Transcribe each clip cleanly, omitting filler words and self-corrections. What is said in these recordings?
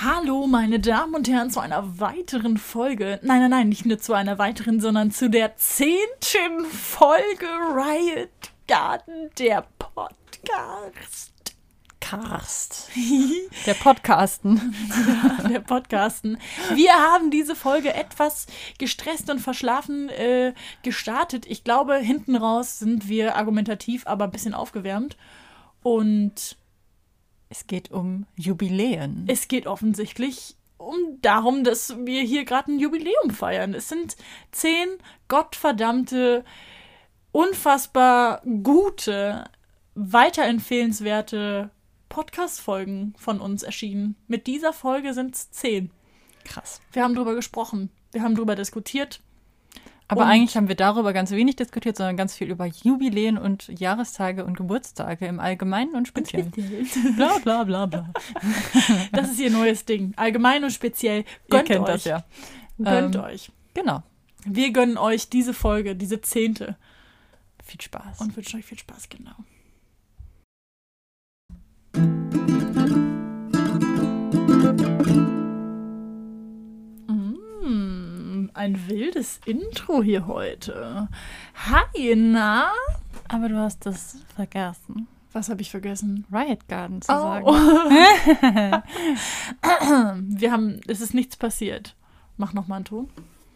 Hallo, meine Damen und Herren, zu einer weiteren Folge. Nein, nicht nur zu einer weiteren, sondern zu der 10. Folge Riot Garden, der Podcast. Der Podcasten. Der Podcasten. Wir haben diese Folge etwas gestresst und verschlafen gestartet. Ich glaube, hinten raus sind wir argumentativ, aber ein bisschen aufgewärmt. Und es geht um Jubiläen. es geht offensichtlich darum, dass wir hier gerade ein Jubiläum feiern. Es sind 10 gottverdammte, unfassbar gute, weiterempfehlenswerte Podcast-Folgen von uns erschienen. Mit dieser Folge sind es 10. Krass. Wir haben drüber gesprochen. Wir haben drüber diskutiert. Aber Und- eigentlich haben wir darüber ganz wenig diskutiert, sondern ganz viel über Jubiläen und Jahrestage und Geburtstage im Allgemeinen und Speziellen. Bla bla bla bla. Das ist ihr neues Ding. Allgemein und speziell. Ihr Gönnt kennt euch. das ja. Gönnt euch. Genau. Wir gönnen euch diese Folge, diese 10. Viel Spaß. Und wünschen euch viel Spaß, genau. Ein wildes Intro hier heute. Hi, na? Aber du hast das vergessen, Was habe ich vergessen? Riot Garden zu sagen. Es ist nichts passiert. Mach nochmal einen Ton.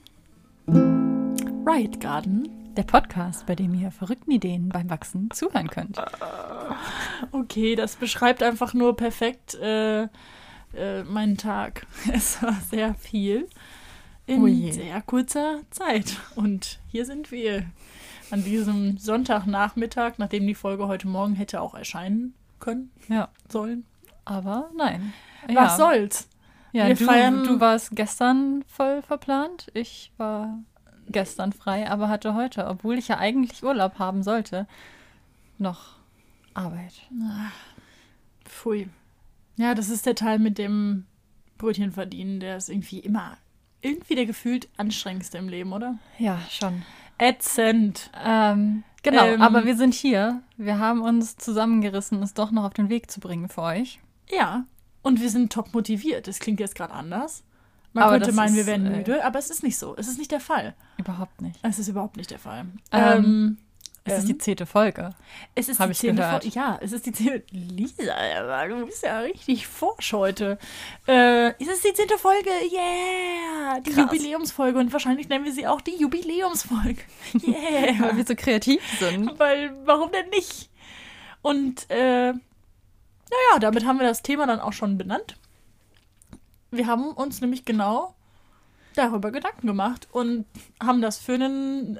Riot Garden. Der Podcast, bei dem ihr verrückten Ideen beim Wachsen zuhören könnt. Okay, das beschreibt einfach nur perfekt meinen Tag. Es war sehr viel in Oh je. sehr kurzer Zeit. Und hier sind wir an diesem Sonntagnachmittag, nachdem die Folge heute Morgen hätte auch erscheinen können, Ja, sollen. aber nein. Was soll's? Ja, Wir feiern- du warst gestern voll verplant. Ich war gestern frei, aber hatte heute, obwohl ich ja eigentlich Urlaub haben sollte, noch Arbeit. Pfui. Ja, das ist der Teil mit dem Brötchen verdienen, der ist irgendwie der gefühlt anstrengendste im Leben, oder? Ja, schon. Ätzend. Genau, aber wir sind hier. Wir haben uns zusammengerissen, es doch noch auf den Weg zu bringen für euch. Ja, und wir sind top motiviert. Das klingt jetzt gerade anders. Man Aber könnte das meinen, wir ist, wären müde, aber es ist nicht so. Es ist nicht der Fall. Überhaupt nicht. Es ist überhaupt nicht der Fall. Es ist die 10. Folge. Es ist hab die ich 10. gehört. Ja, es ist die 10. Lisa, du bist ja richtig forsch heute. Es ist die 10. Folge, yeah! Die Krass. Jubiläumsfolge und wahrscheinlich nennen wir sie auch die Jubiläumsfolge. Yeah! Weil wir so kreativ sind. Weil, warum denn nicht? Und, naja, damit haben wir das Thema dann auch schon benannt. Wir haben uns nämlich genau darüber Gedanken gemacht und haben das für ein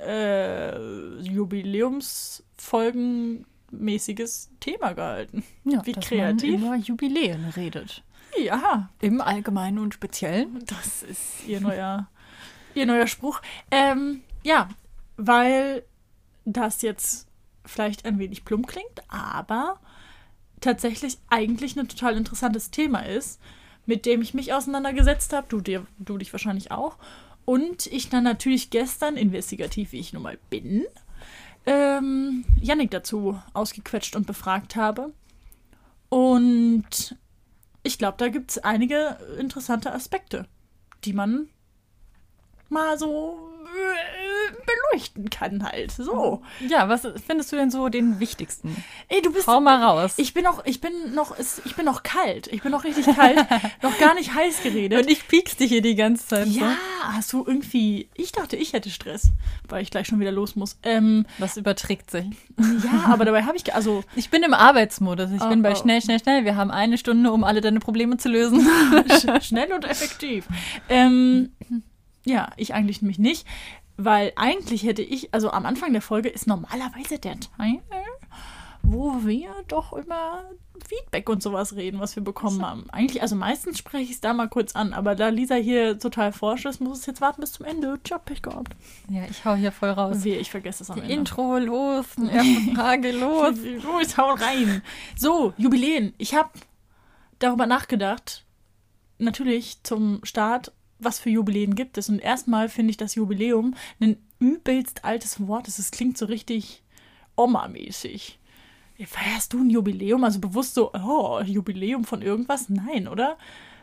Jubiläumsfolgenmäßiges Thema gehalten. Ja, Wie dass kreativ. man über Jubiläen redet. Ja, Im Allgemeinen und Speziellen. das ist ihr neuer Spruch. Ja, weil das jetzt vielleicht ein wenig plump klingt, aber tatsächlich eigentlich ein total interessantes Thema ist, mit dem ich mich auseinandergesetzt habe, du dich wahrscheinlich auch, und ich dann natürlich gestern, investigativ wie ich nun mal bin, Yannick dazu ausgequetscht und befragt habe. Und ich glaube, da gibt es einige interessante Aspekte, die man mal so beleuchten kann halt. So. Ja, was findest du denn so den wichtigsten? Ey, du bist... Hau mal raus. Ich bin noch kalt. Ich bin noch richtig kalt. Noch gar nicht heiß geredet. Und ich piekst dich hier die ganze Zeit. Ja, hast du irgendwie... Ich dachte, ich hätte Stress, weil ich gleich schon wieder los muss. So. Das überträgt sich. Ja, aber dabei habe ich... Also, Ich bin im Arbeitsmodus. Ich bin bei oh. schnell. Wir haben 1 Stunde, um alle deine Probleme zu lösen. schnell und effektiv. Ja, ich eigentlich nämlich nicht, weil eigentlich hätte ich, also am Anfang der Folge ist normalerweise der Teil, wo wir doch über Feedback und sowas reden, was wir bekommen haben. Eigentlich, also meistens spreche ich es da mal kurz an, aber da Lisa hier total forsch ist, muss es jetzt warten bis zum Ende. Tja, Pech gehabt. Ja, ich hau hier voll raus. Wehe, ich vergesse es am Ende. Intro, los. Erste Frage, los. Los, hau rein. So, Jubiläen. Ich habe darüber nachgedacht, natürlich zum Start, was für Jubiläen gibt es. Und erstmal finde ich das Jubiläum ein übelst altes Wort. Es klingt so richtig Oma-mäßig. Feierst du ein Jubiläum? Also bewusst so, oh, Jubiläum von irgendwas? Nein, oder?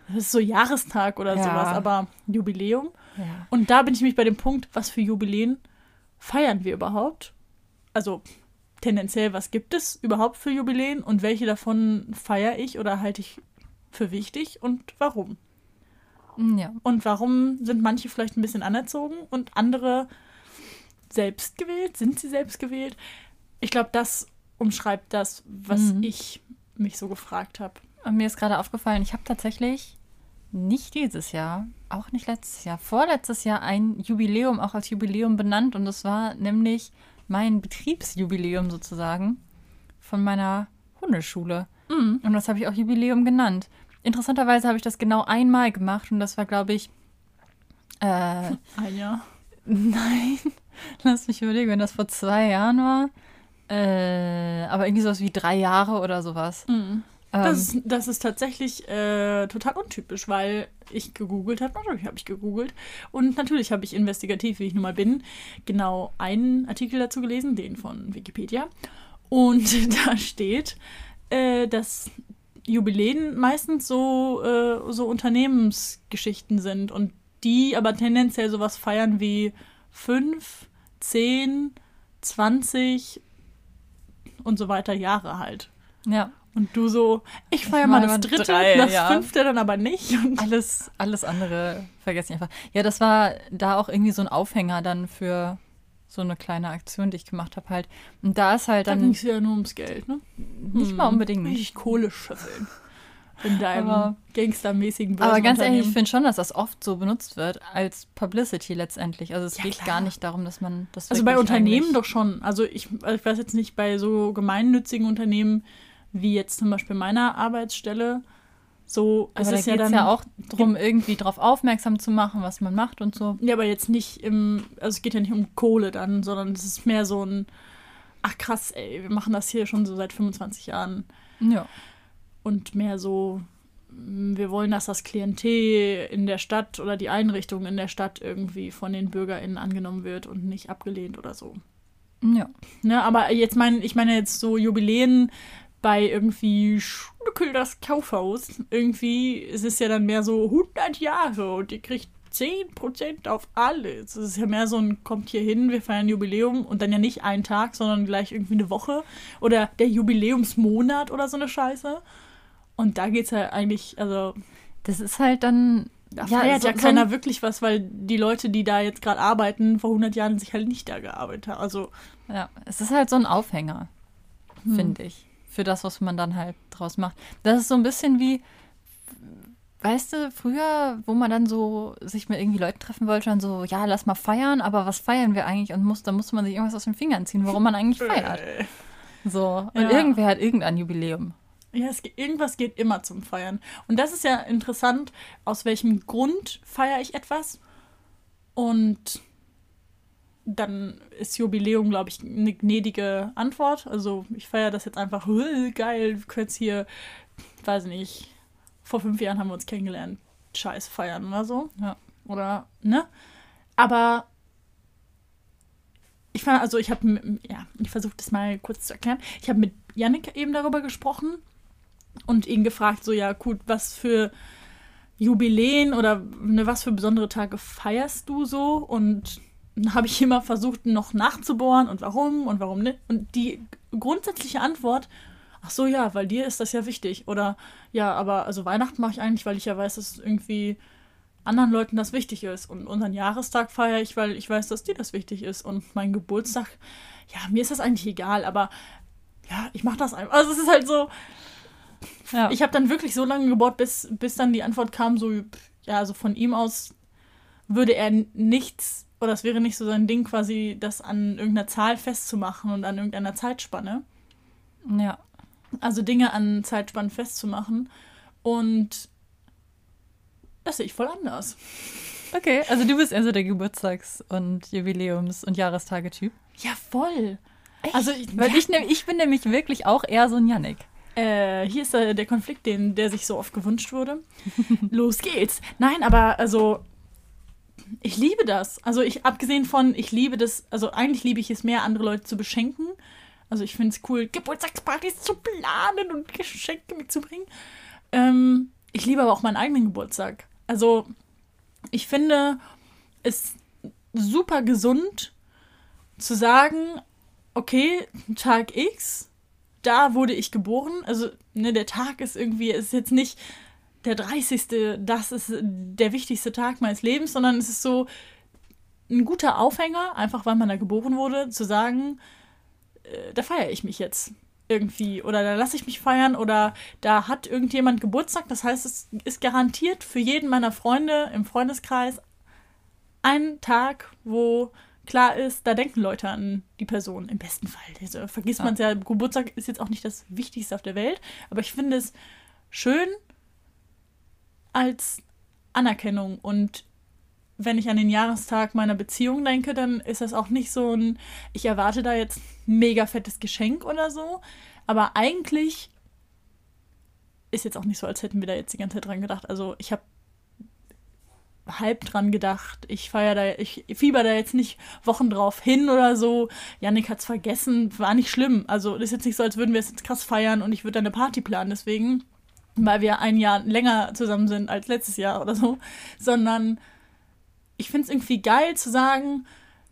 das ist so Jahrestag oder Ja. sowas, aber Jubiläum. Ja. Und da bin ich mich bei dem Punkt, was für Jubiläen feiern wir überhaupt? Also tendenziell, was gibt es überhaupt für Jubiläen und welche davon feiere ich oder halte ich für wichtig und warum? Ja. Und warum sind manche vielleicht ein bisschen anerzogen und andere selbst gewählt? Sind sie selbst gewählt? Ich glaube, das umschreibt das, was ich mich so gefragt habe. Und mir ist gerade aufgefallen, ich habe tatsächlich nicht dieses Jahr, auch nicht letztes Jahr, vorletztes Jahr ein Jubiläum auch als Jubiläum benannt. Und das war nämlich mein Betriebsjubiläum sozusagen von meiner Hundeschule. Und das habe ich auch Jubiläum genannt. Interessanterweise habe ich das genau einmal gemacht und das war, glaube ich, Ein Jahr. nein, lass mich überlegen, wenn das vor 2 Jahren war. Aber irgendwie sowas wie 3 Jahre oder sowas. Das ist tatsächlich total untypisch, weil ich gegoogelt habe. Natürlich habe ich gegoogelt. Und natürlich habe ich investigativ, wie ich nun mal bin, genau einen Artikel dazu gelesen, den von Wikipedia. Und da steht, dass Jubiläen meistens so Unternehmensgeschichten sind und die aber tendenziell sowas feiern wie 5, 10, 20 und so weiter Jahre halt. Ja. Und du so, ich feiere mal das 3., 3, das ja. 5. dann aber nicht. Und Alles andere vergesse ich einfach. Ja, das war da auch irgendwie so ein Aufhänger dann für so eine kleine Aktion, die ich gemacht habe halt. Und da ist halt da dann ging es ja nur ums Geld, ne? nicht mal unbedingt. Richtig Kohle scheffeln. In deinem Aber- gangstermäßigen Aber ganz ehrlich, ich Börsenunternehmen. finde schon, dass das oft so benutzt wird als Publicity letztendlich. Also es Ja, geht klar. gar nicht darum, dass man das Also bei wirklich Unternehmen eigentlich- doch schon. Also ich weiß jetzt nicht, bei so gemeinnützigen Unternehmen, wie jetzt zum Beispiel meiner Arbeitsstelle, so Aber ist da es ja geht es dann ja auch darum, irgendwie drauf aufmerksam zu machen, was man macht und so. Ja, aber jetzt nicht also es geht ja nicht um Kohle dann, sondern es ist mehr so ein, ach krass, ey, wir machen das hier schon so seit 25 Jahren Ja. und mehr so, wir wollen, dass das Klientel in der Stadt oder die Einrichtung in der Stadt irgendwie von den BürgerInnen angenommen wird und nicht abgelehnt oder so. Ja. Ne, aber ich meine jetzt so Jubiläen bei irgendwie Schnuckel das Kaufhaus. Irgendwie ist es ja dann mehr so 100 Jahre und ihr kriegt 10% auf alles. Es ist ja mehr so ein, kommt hier hin, wir feiern Jubiläum und dann ja nicht einen Tag, sondern gleich irgendwie eine Woche oder der Jubiläumsmonat oder so eine Scheiße. Und da geht's ja eigentlich, also Das ist halt dann. da feiert so- ja keiner wirklich was, weil die Leute, die da jetzt gerade arbeiten, vor 100 Jahren sich halt nicht da gearbeitet haben. Also Ja, es ist halt so ein Aufhänger, finde ich, für das, was man dann halt draus macht. Das ist so ein bisschen wie, weißt du, früher, wo man dann so sich mit irgendwie Leuten treffen wollte, dann so, ja, lass mal feiern, aber was feiern wir eigentlich? Und da musste man sich irgendwas aus den Fingern ziehen, warum man eigentlich feiert. So, und Ja. irgendwer hat irgendein Jubiläum. Ja, irgendwas geht immer zum Feiern. Und das ist ja interessant, aus welchem Grund feiere ich etwas. Und dann ist Jubiläum, glaube ich, eine gnädige Antwort. Also ich feiere das jetzt einfach, geil, wir können jetzt hier, weiß nicht, vor 5 Jahren haben wir uns kennengelernt, Scheiß feiern oder so. Ja. Oder, ne? Aber ich fand, also ich versuche das mal kurz zu erklären. Ich habe mit Yannick eben darüber gesprochen und ihn gefragt, so, ja, gut, was für Jubiläen oder was für besondere Tage feierst du so? Und dann habe ich immer versucht, noch nachzubohren und warum nicht. Und die grundsätzliche Antwort, ach so, ja, weil dir ist das ja wichtig. Oder, ja, aber also Weihnachten mache ich eigentlich, weil ich ja weiß, dass irgendwie anderen Leuten das wichtig ist. Und unseren Jahrestag feiere ich, weil ich weiß, dass dir das wichtig ist. Und mein Geburtstag, ja, mir ist das eigentlich egal, aber ja, ich mache das einfach. Also es ist halt so, Ja. ich habe dann wirklich so lange gebohrt, bis dann die Antwort kam, so, ja, also von ihm aus würde er nichts, oder es wäre nicht so sein Ding, quasi das an irgendeiner Zahl festzumachen und an irgendeiner Zeitspanne. Ja. Also Dinge an Zeitspannen festzumachen. Und das sehe ich voll anders. Okay, also du bist eher so der Geburtstags- und Jubiläums- und Jahrestage-Typ. Ja, voll. Also, Weil ja, ich bin nämlich wirklich auch eher so ein Yannick. hier ist der Konflikt, der sich so oft gewünscht wurde. Los geht's. Nein, aber also ich liebe das. Also abgesehen von, ich liebe das, also eigentlich liebe ich es mehr, andere Leute zu beschenken. Also ich finde es cool, Geburtstagspartys zu planen und Geschenke mitzubringen. Ich liebe aber auch meinen eigenen Geburtstag. Also ich finde es super gesund zu sagen, okay, Tag X, da wurde ich geboren. Also ne, der Tag ist jetzt nicht der 30., das ist der wichtigste Tag meines Lebens, sondern es ist so ein guter Aufhänger, einfach weil man da geboren wurde, zu sagen, da feiere ich mich jetzt irgendwie oder da lasse ich mich feiern oder da hat irgendjemand Geburtstag. Das heißt, es ist garantiert für jeden meiner Freunde im Freundeskreis ein Tag, wo klar ist, da denken Leute an die Person im besten Fall. Also, vergisst man es ja, Geburtstag ist jetzt auch nicht das Wichtigste auf der Welt, aber ich finde es schön als Anerkennung und wenn ich an den Jahrestag meiner Beziehung denke, dann ist das auch nicht so ein, ich erwarte da jetzt ein mega fettes Geschenk oder so. Aber eigentlich ist jetzt auch nicht so, als hätten wir da jetzt die ganze Zeit dran gedacht. Also ich habe halb dran gedacht. Ich fieber da jetzt nicht Wochen drauf hin oder so. Yannick hat's vergessen, war nicht schlimm. Also ist jetzt nicht so, als würden wir es jetzt krass feiern und ich würde eine Party planen deswegen, weil wir ein Jahr länger zusammen sind als letztes Jahr oder so. Sondern ich finde es irgendwie geil zu sagen,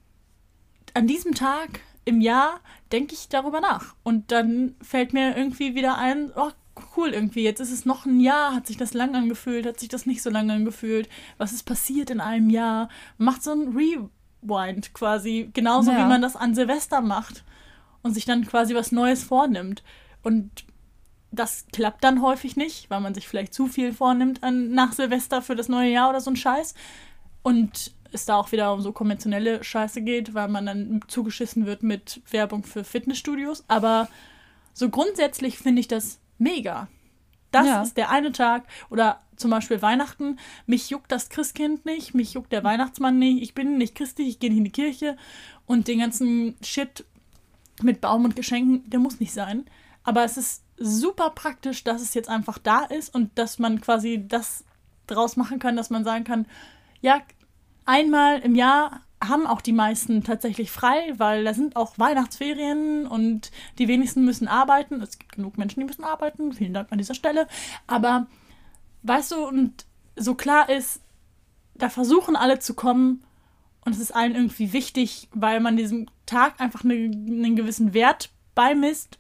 an diesem Tag im Jahr denke ich darüber nach. Und dann fällt mir irgendwie wieder ein, oh, cool irgendwie, jetzt ist es noch ein Jahr, hat sich das lang angefühlt, hat sich das nicht so lange angefühlt, was ist passiert in einem Jahr? Macht so ein Rewind quasi, genauso wie man das an Silvester macht und sich dann quasi was Neues vornimmt. Und das klappt dann häufig nicht, weil man sich vielleicht zu viel vornimmt nach Silvester für das neue Jahr oder so ein Scheiß. Und es da auch wieder um so konventionelle Scheiße geht, weil man dann zugeschissen wird mit Werbung für Fitnessstudios. Aber so grundsätzlich finde ich das mega. Das ist der eine Tag. Oder zum Beispiel Weihnachten. Mich juckt das Christkind nicht, mich juckt der Weihnachtsmann nicht. Ich bin nicht christlich, ich gehe nicht in die Kirche. Und den ganzen Shit mit Baum und Geschenken, der muss nicht sein. Aber es ist super praktisch, dass es jetzt einfach da ist und dass man quasi das draus machen kann, dass man sagen kann, ja, einmal im Jahr haben auch die meisten tatsächlich frei, weil da sind auch Weihnachtsferien und die wenigsten müssen arbeiten. Es gibt genug Menschen, die müssen arbeiten. Vielen Dank an dieser Stelle. Aber weißt du, und so klar ist, da versuchen alle zu kommen und es ist allen irgendwie wichtig, weil man diesem Tag einfach einen gewissen Wert beimisst.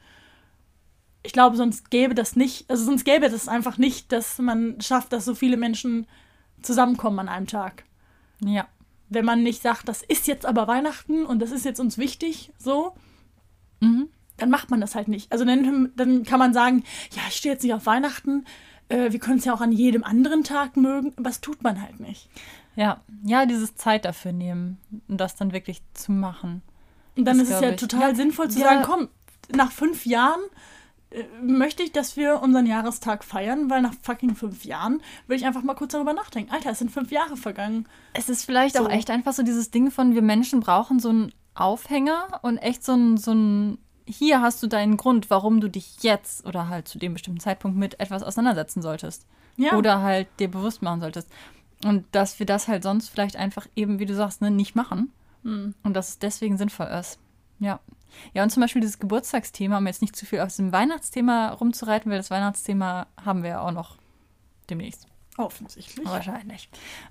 Ich glaube, sonst gäbe das nicht, also sonst gäbe das einfach nicht, dass man schafft, dass so viele Menschen zusammenkommen an einem Tag. Ja. Wenn man nicht sagt, das ist jetzt aber Weihnachten und das ist jetzt uns wichtig, so, dann macht man das halt nicht. Also dann kann man sagen, ja, ich stehe jetzt nicht auf Weihnachten, wir können es ja auch an jedem anderen Tag mögen, aber das tut man halt nicht. Ja, dieses Zeit dafür nehmen und das dann wirklich zu machen. Und dann ist es ja total sinnvoll zu sagen, komm, nach 5 Jahren möchte ich, dass wir unseren Jahrestag feiern, weil nach fucking 5 Jahren will ich einfach mal kurz darüber nachdenken. Alter, es sind 5 Jahre vergangen. Es ist vielleicht auch echt einfach so dieses Ding von, wir Menschen brauchen so einen Aufhänger und echt so ein hier hast du deinen Grund, warum du dich jetzt oder halt zu dem bestimmten Zeitpunkt mit etwas auseinandersetzen solltest. Ja. Oder halt dir bewusst machen solltest. Und dass wir das halt sonst vielleicht einfach eben, wie du sagst, ne, nicht machen. Und dass es deswegen sinnvoll ist. Ja. Ja, und zum Beispiel dieses Geburtstagsthema, um jetzt nicht zu viel auf dem Weihnachtsthema rumzureiten, weil das Weihnachtsthema haben wir ja auch noch demnächst. Offensichtlich. Wahrscheinlich.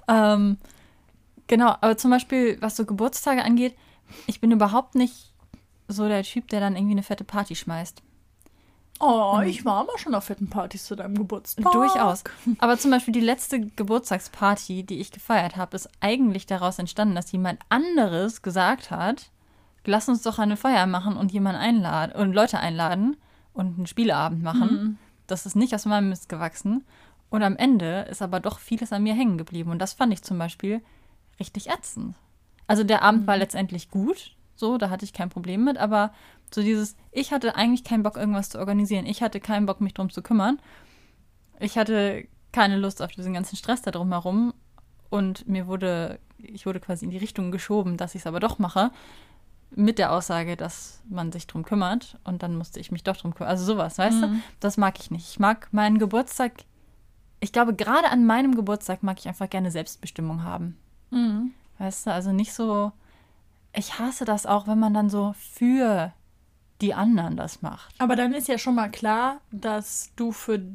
Genau, aber zum Beispiel, was so Geburtstage angeht, ich bin überhaupt nicht so der Typ, der dann irgendwie eine fette Party schmeißt. Oh, ich war aber schon auf fetten Partys zu deinem Geburtstag. Durchaus. Aber zum Beispiel die letzte Geburtstagsparty, die ich gefeiert habe, ist eigentlich daraus entstanden, dass jemand anderes gesagt hat, lass uns doch eine Feier machen und jemanden einladen und Leute einladen und einen Spieleabend machen. Das ist nicht aus meinem Mist gewachsen. Und am Ende ist aber doch vieles an mir hängen geblieben. Und das fand ich zum Beispiel richtig ätzend. Also der Abend war letztendlich gut, so, da hatte ich kein Problem mit, aber so dieses, ich hatte eigentlich keinen Bock, irgendwas zu organisieren. Ich hatte keinen Bock, mich drum zu kümmern. Ich hatte keine Lust auf diesen ganzen Stress da drumherum. Und ich wurde quasi in die Richtung geschoben, dass ich es aber doch mache. Mit der Aussage, dass man sich drum kümmert. Und dann musste ich mich doch drum kümmern. Also sowas, weißt du? Das mag ich nicht. Ich mag meinen Geburtstag, ich glaube, gerade an meinem Geburtstag mag ich einfach gerne Selbstbestimmung haben. Weißt du, also nicht so, ich hasse das auch, wenn man dann so für die anderen das macht. Aber dann ist ja schon mal klar, dass du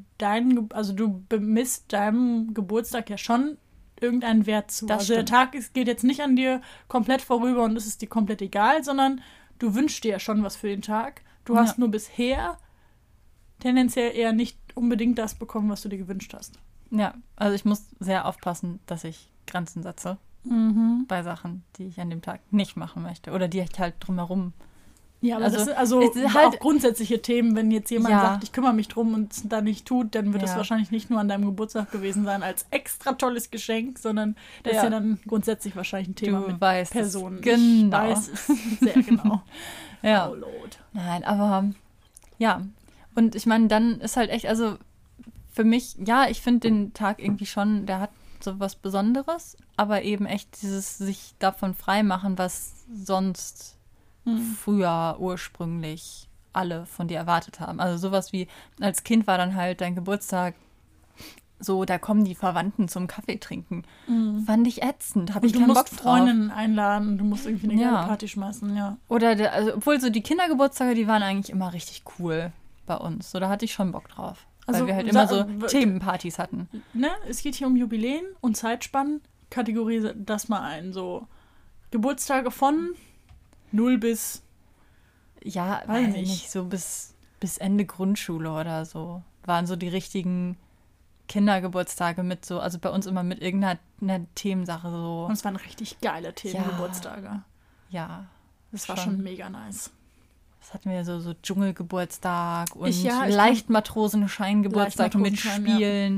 du bemisst deinem Geburtstag ja schon irgendeinen Wert zu. Das also der stimmt. Tag geht jetzt nicht an dir komplett vorüber und es ist dir komplett egal, sondern du wünschst dir ja schon was für den Tag. Du hast nur bisher tendenziell eher nicht unbedingt das bekommen, was du dir gewünscht hast. Ja, also ich muss sehr aufpassen, dass ich Grenzen setze bei Sachen, die ich an dem Tag nicht machen möchte oder die ich halt drumherum. Ja, aber Also, das sind es ist halt- auch grundsätzliche Themen. Wenn jetzt jemand Ja. sagt, ich kümmere mich drum und es dann nicht tut, dann wird es Ja. wahrscheinlich nicht nur an deinem Geburtstag gewesen sein als extra tolles Geschenk, sondern das ist Ja. ja dann grundsätzlich wahrscheinlich ein Thema Du mit weißt es Personen. genau. Ich weiß es sehr genau. Ja. Oh Lord. Nein, aber ja. Und ich meine, dann ist halt echt, also für mich, ja, ich finde den Tag irgendwie schon, der hat so was Besonderes, aber eben echt dieses sich davon freimachen, was sonst früher ursprünglich alle von dir erwartet haben. Also sowas wie, als Kind war dann halt dein Geburtstag so, da kommen die Verwandten zum Kaffee trinken. Fand ich ätzend, habe ich Du keinen Bock musst drauf. Freundinnen einladen, du musst irgendwie eine Ja. geile Party schmeißen, ja. Oder, obwohl so die Kindergeburtstage, die waren eigentlich immer richtig cool bei uns. So, da hatte ich schon Bock drauf. Also, weil wir halt immer so sa- Themenpartys hatten. Ne? Es geht hier um Jubiläen und Zeitspannen. Kategorie das mal ein. So Geburtstage von 0 bis Ja, Weiß weiß nicht. nicht, so bis Ende Grundschule oder so. Waren so die richtigen Kindergeburtstage mit so, also bei uns immer mit irgendeiner Themensache so. Und es waren richtig geile Themengeburtstage. Ja, Das war schon mega nice. das hatten wir so Dschungelgeburtstag und Ich Leichtmatrosenschein-Geburtstag mit Leichtmatrosenschein, ja. Spielen.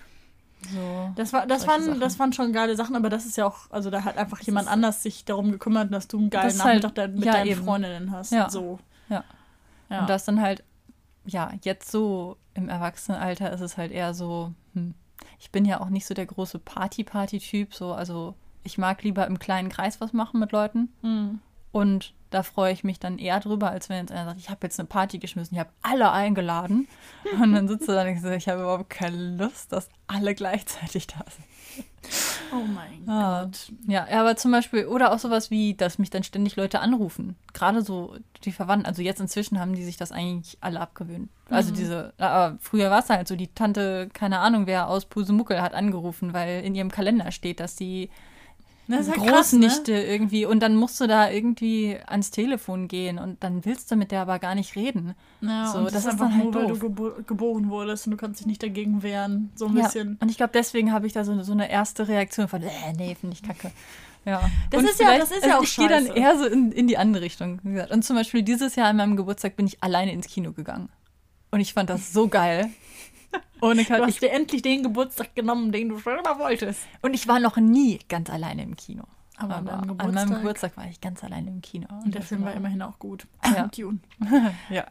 So. Das Solche Sachen. waren schon geile Sachen, aber das ist ja auch, also da hat einfach jemand anders sich darum gekümmert, dass du einen geilen Das ist halt- Nachmittag mit ja, deinen eben. Freundinnen hast. Ja. So. Ja. Ja. Und das dann halt, ja, jetzt so im Erwachsenenalter ist es halt eher so, ich bin ja auch nicht so der große Party-Typ, so, also ich mag lieber im kleinen Kreis was machen mit Leuten. Und da freue ich mich dann eher drüber, als wenn jetzt einer sagt, ich habe jetzt eine Party geschmissen, ich habe alle eingeladen. Und dann sitzt du da und denkst, ich habe überhaupt keine Lust, dass alle gleichzeitig da sind. Oh mein Ah. Gott. Ja, aber zum Beispiel, oder auch sowas wie, dass mich dann ständig Leute anrufen. Gerade so die Verwandten, also jetzt inzwischen haben die sich das eigentlich alle abgewöhnt. Also aber früher war es halt so, die Tante, keine Ahnung, wer aus Pusemuckel hat angerufen, weil in ihrem Kalender steht, dass die Das ist halt krass, ne? Großnichte irgendwie, und dann musst du da irgendwie ans Telefon gehen und dann willst du mit der aber gar nicht reden. Ja, So, und das das ist ist einfach dann halt nur, weil doof. du geboren wurdest und du kannst dich nicht dagegen wehren. So ein bisschen. Und ich glaube, deswegen habe ich da so eine erste Reaktion von, nee, finde ich kacke. Ja. Das Und ist ja vielleicht- auch ich gehe dann scheiße. eher so in die andere Richtung. Wie gesagt. Und zum Beispiel dieses Jahr an meinem Geburtstag bin ich alleine ins Kino gegangen. Und ich fand das so geil. Ohne Du hast dir endlich den Geburtstag genommen, den du schon immer wolltest. und ich war noch nie ganz alleine im Kino. Aber an deinem an meinem Geburtstag- Geburtstag war ich ganz alleine im Kino. Und der Film war immerhin auch gut. Ja. Dune. Ja.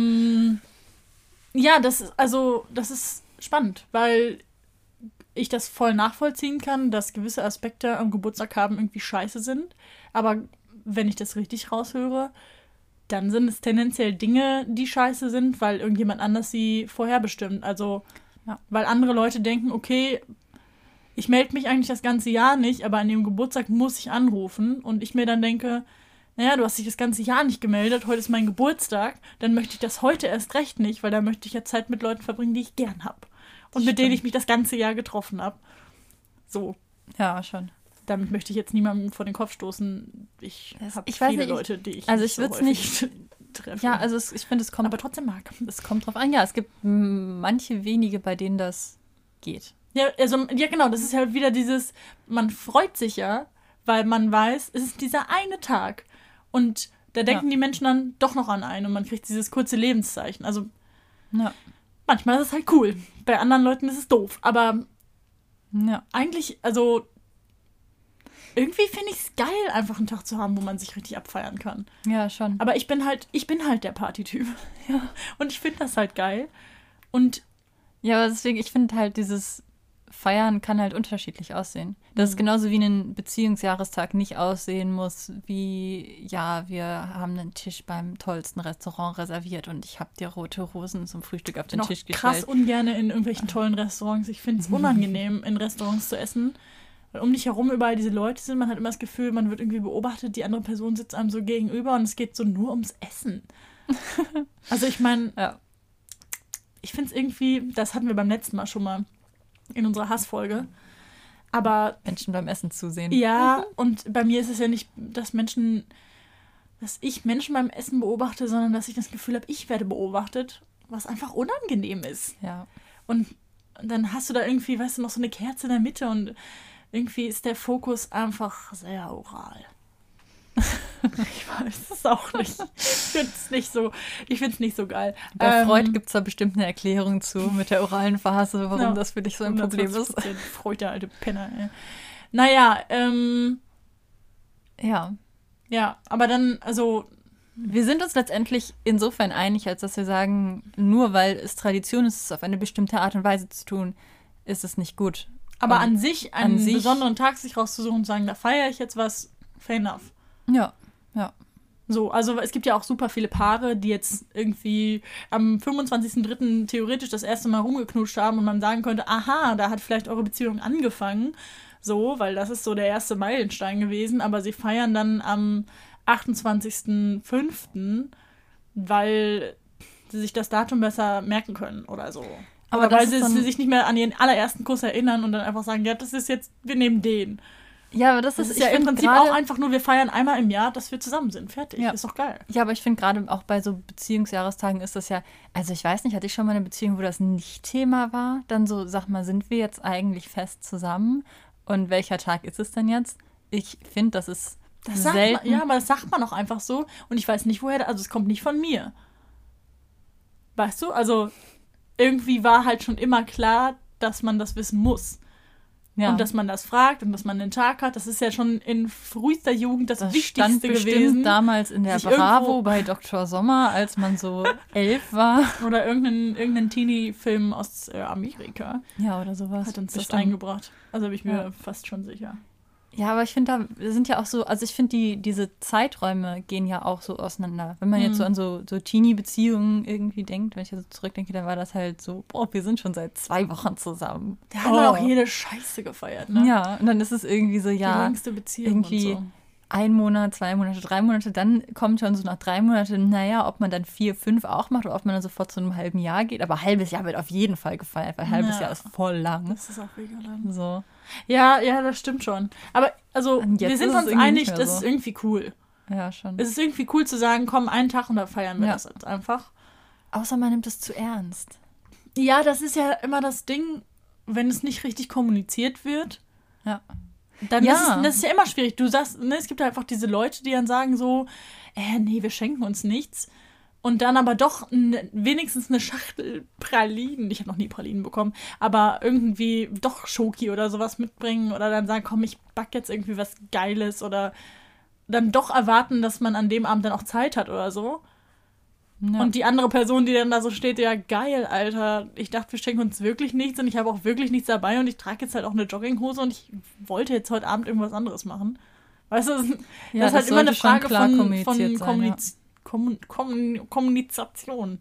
Ja, das ist spannend, weil ich das voll nachvollziehen kann, dass gewisse Aspekte am Geburtstag haben irgendwie scheiße sind. Aber wenn ich das richtig raushöre, dann sind es tendenziell Dinge, die scheiße sind, weil irgendjemand anders sie vorherbestimmt. Also, Ja. weil andere Leute denken, okay, ich melde mich eigentlich das ganze Jahr nicht, aber an dem Geburtstag muss ich anrufen. Und ich mir dann denke, naja, du hast dich das ganze Jahr nicht gemeldet, heute ist mein Geburtstag, dann möchte ich das heute erst recht nicht, weil da möchte ich ja Zeit mit Leuten verbringen, die ich gern habe. Und mit denen ich mich das ganze Jahr getroffen habe. So, Ja, schon. damit möchte ich jetzt niemandem vor den Kopf stoßen. Ich habe ich weiß viele nicht, Leute, die ich also nicht ich so würd's häufig treffe. Ja, also ich finde, es kommt aber trotzdem mag. Es kommt drauf an, ja. Es gibt manche wenige, bei denen das geht. Ja, also, ja, genau, das ist halt wieder dieses, man freut sich ja, weil man weiß, es ist dieser eine Tag. Und da denken die Menschen dann doch noch an einen und man kriegt dieses kurze Lebenszeichen. Also Ja. manchmal ist es halt cool. Bei anderen Leuten ist es doof. Aber Ja. eigentlich, also irgendwie finde ich es geil, einfach einen Tag zu haben, wo man sich richtig abfeiern kann. Ja, schon. Aber ich bin halt der Partytyp. Ja. Und ich finde das halt geil. Und Ja, aber deswegen, ich finde halt, dieses Feiern kann halt unterschiedlich aussehen. Das ist genauso wie ein Beziehungsjahrestag nicht aussehen muss, wie, ja, wir haben einen Tisch beim tollsten Restaurant reserviert und ich habe dir rote Rosen zum Frühstück auf den noch Tisch krass gestellt. ungerne in irgendwelchen tollen Restaurants. Ich finde es unangenehm, in Restaurants zu essen. Weil um dich herum überall diese Leute sind. Man hat immer das Gefühl, man wird irgendwie beobachtet. Die andere Person sitzt einem so gegenüber und es geht so nur ums Essen. Also ich meine, Ja. ich finde es irgendwie, das hatten wir beim letzten Mal schon mal in unserer Hassfolge, aber Menschen beim Essen zusehen. ja, und bei mir ist es ja nicht, dass ich Menschen beim Essen beobachte, sondern dass ich das Gefühl habe, ich werde beobachtet, was einfach unangenehm ist. Ja. Und dann hast du da irgendwie, weißt du, noch so eine Kerze in der Mitte und irgendwie ist der Fokus einfach sehr oral. Ich weiß es auch nicht. Ich finde es nicht so geil. Bei Freud gibt es da bestimmt eine Erklärung zu mit der oralen Phase, warum das für dich so ein Problem ist. Freud, der alte Penner, ey. Naja, ja, aber dann, also, wir sind uns letztendlich insofern einig, als dass wir sagen, nur weil es Tradition ist, es auf eine bestimmte Art und Weise zu tun, ist es nicht gut. aber Und an sich einen besonderen Tag sich rauszusuchen und zu sagen, da feiere ich jetzt was, fair enough. Ja. So, also es gibt ja auch super viele Paare, die jetzt irgendwie am 25.03. theoretisch das erste Mal rumgeknutscht haben und man sagen könnte, aha, da hat vielleicht eure Beziehung angefangen. So, weil das ist so der erste Meilenstein gewesen, aber sie feiern dann am 28.05., weil sie sich das Datum besser merken können oder so. Aber Oder weil das ist sie sich nicht mehr an ihren allerersten Kuss erinnern und dann einfach sagen, ja, das ist jetzt, wir nehmen den. Ja, aber das Das ist ist ja im Prinzip auch einfach nur, wir feiern einmal im Jahr, dass wir zusammen sind. Fertig. Ja. Ist doch geil. Ja, aber ich finde gerade auch bei so Beziehungsjahrestagen ist das ja, also ich weiß nicht, hatte ich schon mal eine Beziehung, wo das nicht Thema war? Dann so, sag mal, sind wir jetzt eigentlich fest zusammen? Und welcher Tag ist es denn jetzt? Ich finde, das ist selten. Ja, aber das sagt man auch einfach so. Und ich weiß nicht, woher, also es kommt nicht von mir. Weißt du? Also irgendwie war halt schon immer klar, dass man das wissen muss. Ja. Und dass man das fragt und dass man den Tag hat. Das ist ja schon in frühester Jugend das stand Wichtigste bestimmt gewesen. damals in der sich Bravo irgendwo- bei Dr. Sommer, als man so 11 war. Oder irgendeinen Teenie-Film aus Amerika Ja, oder sowas. hat uns das Bestimmt. eingebracht. Also bin ich mir Ja. fast schon sicher. Ja, aber ich finde, da sind ja auch so, also ich finde, diese Zeiträume gehen ja auch so auseinander. Wenn man jetzt so an so Teenie-Beziehungen irgendwie denkt, wenn ich jetzt so zurückdenke, dann war das halt so, boah, wir sind schon seit 2 Wochen zusammen. Da haben wir auch jede Scheiße gefeiert, ne? Ja, und dann ist es irgendwie so, Die ja, längste Beziehung irgendwie und so. 1 Monat, 2 Monate, 3 Monate, dann kommt schon so nach 3 Monaten, naja, ob man dann 4, 5 auch macht oder ob man dann sofort zu einem halben Jahr geht. Aber halbes Jahr wird auf jeden Fall gefeiert, weil ein halbes Ja. Jahr ist voll lang. Das ist auch mega lang. So. Ja, das stimmt schon. Aber also, Und jetzt wir sind ist es uns irgendwie einig, nicht mehr das so. ist irgendwie cool. Ja, schon. Es ist irgendwie cool zu sagen, komm, einen Tag und da feiern wir Ja. das jetzt einfach. Außer man nimmt es zu ernst. Ja, das ist ja immer das Ding, wenn es nicht richtig kommuniziert wird, Ja. dann Ja. ist das ist ja immer schwierig. Du sagst, ne, es gibt halt einfach diese Leute, die dann sagen so, nee, wir schenken uns nichts. Und dann aber doch wenigstens eine Schachtel Pralinen, ich habe noch nie Pralinen bekommen, aber irgendwie doch Schoki oder sowas mitbringen oder dann sagen, komm, ich back jetzt irgendwie was Geiles oder dann doch erwarten, dass man an dem Abend dann auch Zeit hat oder so. Ja. Und die andere Person, die dann da so steht, ja geil, Alter, ich dachte, wir schenken uns wirklich nichts und ich habe auch wirklich nichts dabei und ich trage jetzt halt auch eine Jogginghose und ich wollte jetzt heute Abend irgendwas anderes machen. Weißt du, das ist halt immer eine sollte schon Frage klar von kommuniziert sein, ja. Kommunikation.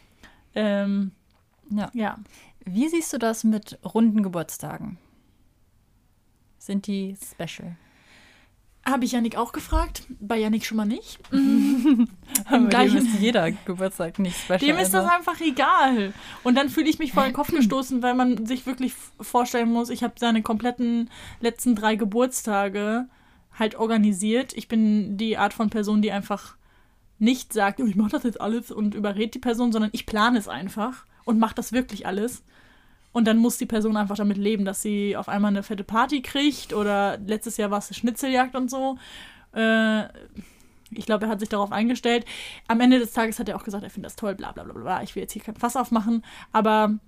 Ja. Wie siehst du das mit runden Geburtstagen? Sind die special? Habe ich Yannick auch gefragt, bei Yannick schon mal nicht. Aber gleichen- dem ist jeder Geburtstag nicht special. Dem ist das einfach egal. Und dann fühle ich mich vor den Kopf gestoßen, weil man sich wirklich vorstellen muss, ich habe seine kompletten letzten 3 Geburtstage halt organisiert. Ich bin die Art von Person, die einfach nicht sagt, oh, ich mache das jetzt alles und überredet die Person, sondern ich plane es einfach und mache das wirklich alles. Und dann muss die Person einfach damit leben, dass sie auf einmal eine fette Party kriegt oder letztes Jahr war es eine Schnitzeljagd und so. Ich glaube, er hat sich darauf eingestellt. Am Ende des Tages hat er auch gesagt, er findet das toll, bla bla bla bla. Ich will jetzt hier kein Fass aufmachen. Aber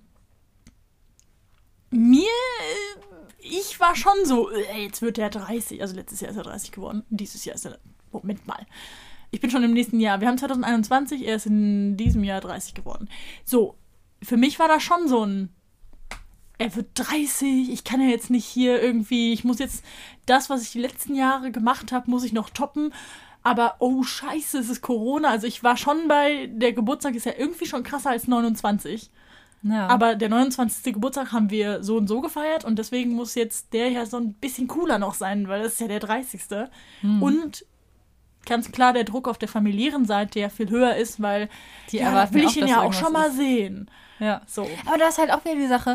ich war schon so, jetzt wird er 30. Also letztes Jahr ist er 30 geworden. Dieses Jahr ist er, Moment mal. Ich bin schon im nächsten Jahr. Wir haben 2021, er ist in diesem Jahr 30 geworden. So, für mich war das schon so ein, er wird 30, ich kann ja jetzt nicht hier irgendwie, ich muss jetzt das, was ich die letzten Jahre gemacht habe, muss ich noch toppen. Aber, oh scheiße, es ist Corona. Also ich war schon der Geburtstag ist ja irgendwie schon krasser als 29. Ja. Aber der 29. Geburtstag haben wir so und so gefeiert und deswegen muss jetzt der ja so ein bisschen cooler noch sein, weil das ist ja der 30. Und ganz klar der Druck auf der familiären Seite ja viel höher ist, weil Die erwarten will auch, ich ihn dass ja auch irgendwas schon mal ist. sehen. Ja. So. Aber da ist halt auch wieder die Sache,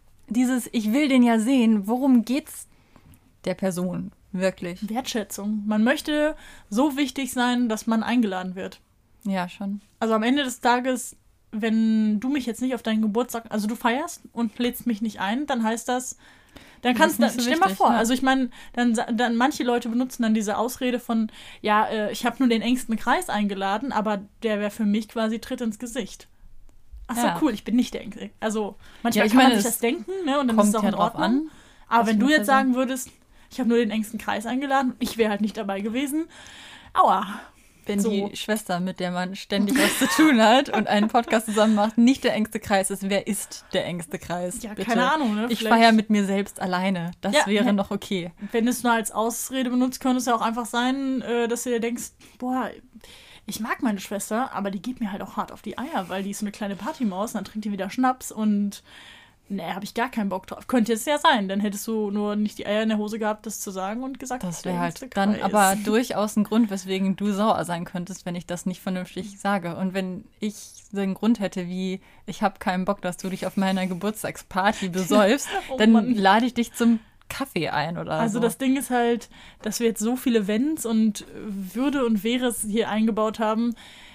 ich will den ja sehen, worum geht's der Person wirklich? Wertschätzung. Man möchte so wichtig sein, dass man eingeladen wird. Ja, schon. Also am Ende des Tages, wenn du mich jetzt nicht auf deinen Geburtstag, also du feierst und lädst mich nicht ein, dann heißt das, dann kannst du, nicht so stell mal wichtig, vor, ja. also ich meine, dann manche Leute benutzen dann diese Ausrede von, ja, ich habe nur den engsten Kreis eingeladen, aber der wäre für mich quasi Tritt ins Gesicht. Ach so, Ja. cool, ich bin nicht der engste. Also manchmal Ja, ich kann man meine, sich das es denken, ne, und dann ist es auch in drauf Ordnung. an. Aber was wenn für du eine jetzt Person. sagen würdest, ich habe nur den engsten Kreis eingeladen und ich wäre halt nicht dabei gewesen, aua. Wenn So. die Schwester, mit der man ständig was zu tun hat und einen Podcast zusammen macht, nicht der engste Kreis ist, wer ist der engste Kreis? Ja, bitte? keine Ahnung, ne? Ich Vielleicht- feiere mit mir selbst alleine. Das Ja, wäre ne. noch okay. Wenn du es nur als Ausrede benutzt, könnte es ja auch einfach sein, dass du dir denkst, boah, ich mag meine Schwester, aber die geht mir halt auch hart auf die Eier, weil die ist so eine kleine Partymaus und dann trinkt die wieder Schnaps und ne, habe ich gar keinen Bock drauf. Könnte jetzt ja sein, dann hättest du nur nicht die Eier in der Hose gehabt, das zu sagen und gesagt, Das der wäre engste halt dann Kreis. aber durchaus ein Grund, weswegen du sauer sein könntest, wenn ich das nicht vernünftig sage. Und wenn ich so einen Grund hätte wie, ich habe keinen Bock, dass du dich auf meiner Geburtstagsparty besäufst, Oh dann Mann. lade ich dich zum Kaffee ein oder Also so. das Ding ist halt, dass wir jetzt so viele Wenns und Würde und Wehres hier eingebaut haben,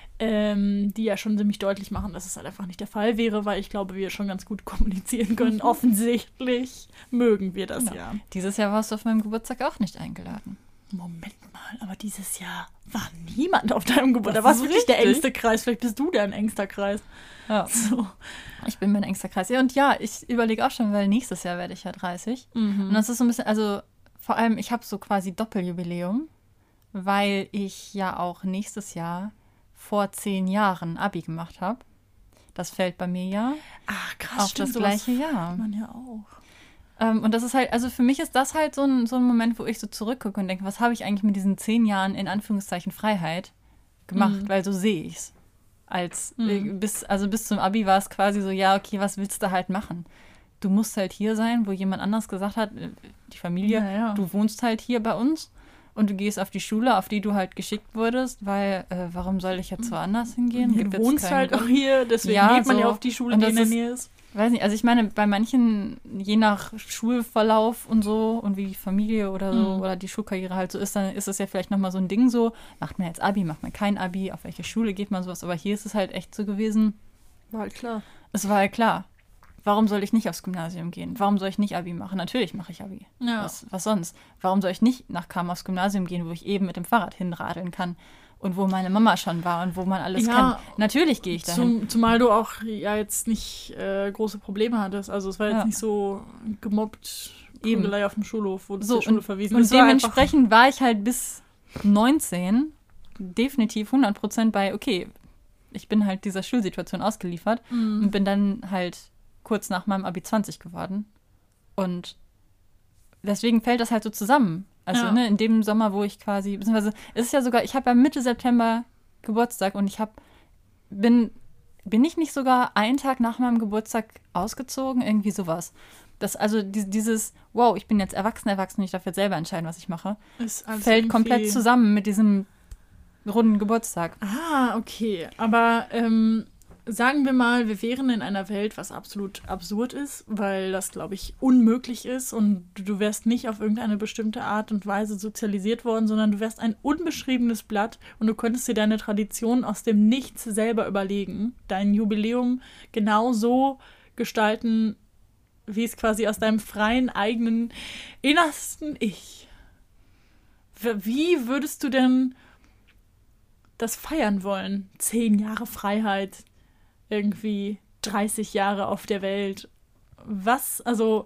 die ja schon ziemlich deutlich machen, dass es halt einfach nicht der Fall wäre, weil ich glaube, wir schon ganz gut kommunizieren können. Offensichtlich mögen wir das Genau. ja. Dieses Jahr warst du auf meinem Geburtstag auch nicht eingeladen. Moment mal, aber dieses Jahr war niemand auf deinem Geburtstag. Da Das war ist wirklich der richtig. engste Kreis. Vielleicht bist du dein engster Kreis. Ja. So. Ich bin mein engster Kreis. Ja, und ja, ich überlege auch schon, weil nächstes Jahr werde ich ja 30. Und das ist so ein bisschen, also vor allem, ich habe so quasi Doppeljubiläum, weil ich ja auch nächstes Jahr vor 10 Jahren Abi gemacht habe. Das fällt bei mir ja Ach, krass, auf stimmt, das sowas gleiche Jahr. hat man ja auch. Und das ist halt, also für mich ist das halt so ein Moment, wo ich so zurückgucke und denke, was habe ich eigentlich mit diesen 10 Jahren in Anführungszeichen Freiheit gemacht? Weil so sehe ich es. Bis zum Abi war es quasi so, ja, okay, was willst du halt machen? Du musst halt hier sein, wo jemand anders gesagt hat, die Familie, Ja. du wohnst halt hier bei uns und du gehst auf die Schule, auf die du halt geschickt wurdest, weil warum soll ich jetzt woanders hingehen? Ja, Gibt du jetzt wohnst keinen halt Grund. auch hier, deswegen Ja, geht man ja so. auf die Schule, Und die das in der ist- Nähe ist. Weiß nicht, also ich meine, bei manchen, je nach Schulverlauf und so und wie die Familie oder so oder die Schulkarriere halt so ist, dann ist es ja vielleicht nochmal so ein Ding so, macht man jetzt Abi, macht man kein Abi, auf welche Schule geht man sowas, aber hier ist es halt echt so gewesen, War halt klar. es war halt klar, warum soll ich nicht aufs Gymnasium gehen? Warum soll ich nicht Abi machen? Natürlich mache ich Abi. Ja. Was sonst? Warum soll ich nicht nach Cham aufs Gymnasium gehen, wo ich eben mit dem Fahrrad hinradeln kann? Und wo meine Mama schon war und wo man alles Ja, kennt. Natürlich gehe ich dahin. Zumal du auch ja jetzt nicht große Probleme hattest. Also es war jetzt Ja. nicht so gemobbt, Eben. Prügelei auf dem Schulhof, wurde So, zur Schule verwiesen. Und Es war einfach- dementsprechend war ich halt bis 19 definitiv 100% bei, okay, ich bin halt dieser Schulsituation ausgeliefert und bin dann halt kurz nach meinem Abi 20 geworden. Und deswegen fällt das halt so zusammen. Also Ja. ne, in dem Sommer, wo ich quasi, beziehungsweise es ist ja sogar, ich habe ja Mitte September Geburtstag und bin ich nicht sogar einen Tag nach meinem Geburtstag ausgezogen? Irgendwie sowas. Das, also dieses, wow, ich bin jetzt erwachsen, ich darf jetzt selber entscheiden, was ich mache, ist alles fällt irgendwie- komplett zusammen mit diesem runden Geburtstag. Ah, okay. Aber sagen wir mal, wir wären in einer Welt, was absolut absurd ist, weil das, glaube ich, unmöglich ist und du wärst nicht auf irgendeine bestimmte Art und Weise sozialisiert worden, sondern du wärst ein unbeschriebenes Blatt und du könntest dir deine Tradition aus dem Nichts selber überlegen, dein Jubiläum genau so gestalten, wie es quasi aus deinem freien, eigenen, innersten Ich. Wie würdest du denn das feiern wollen? 10 Jahre Freiheit, irgendwie 30 Jahre auf der Welt. Was,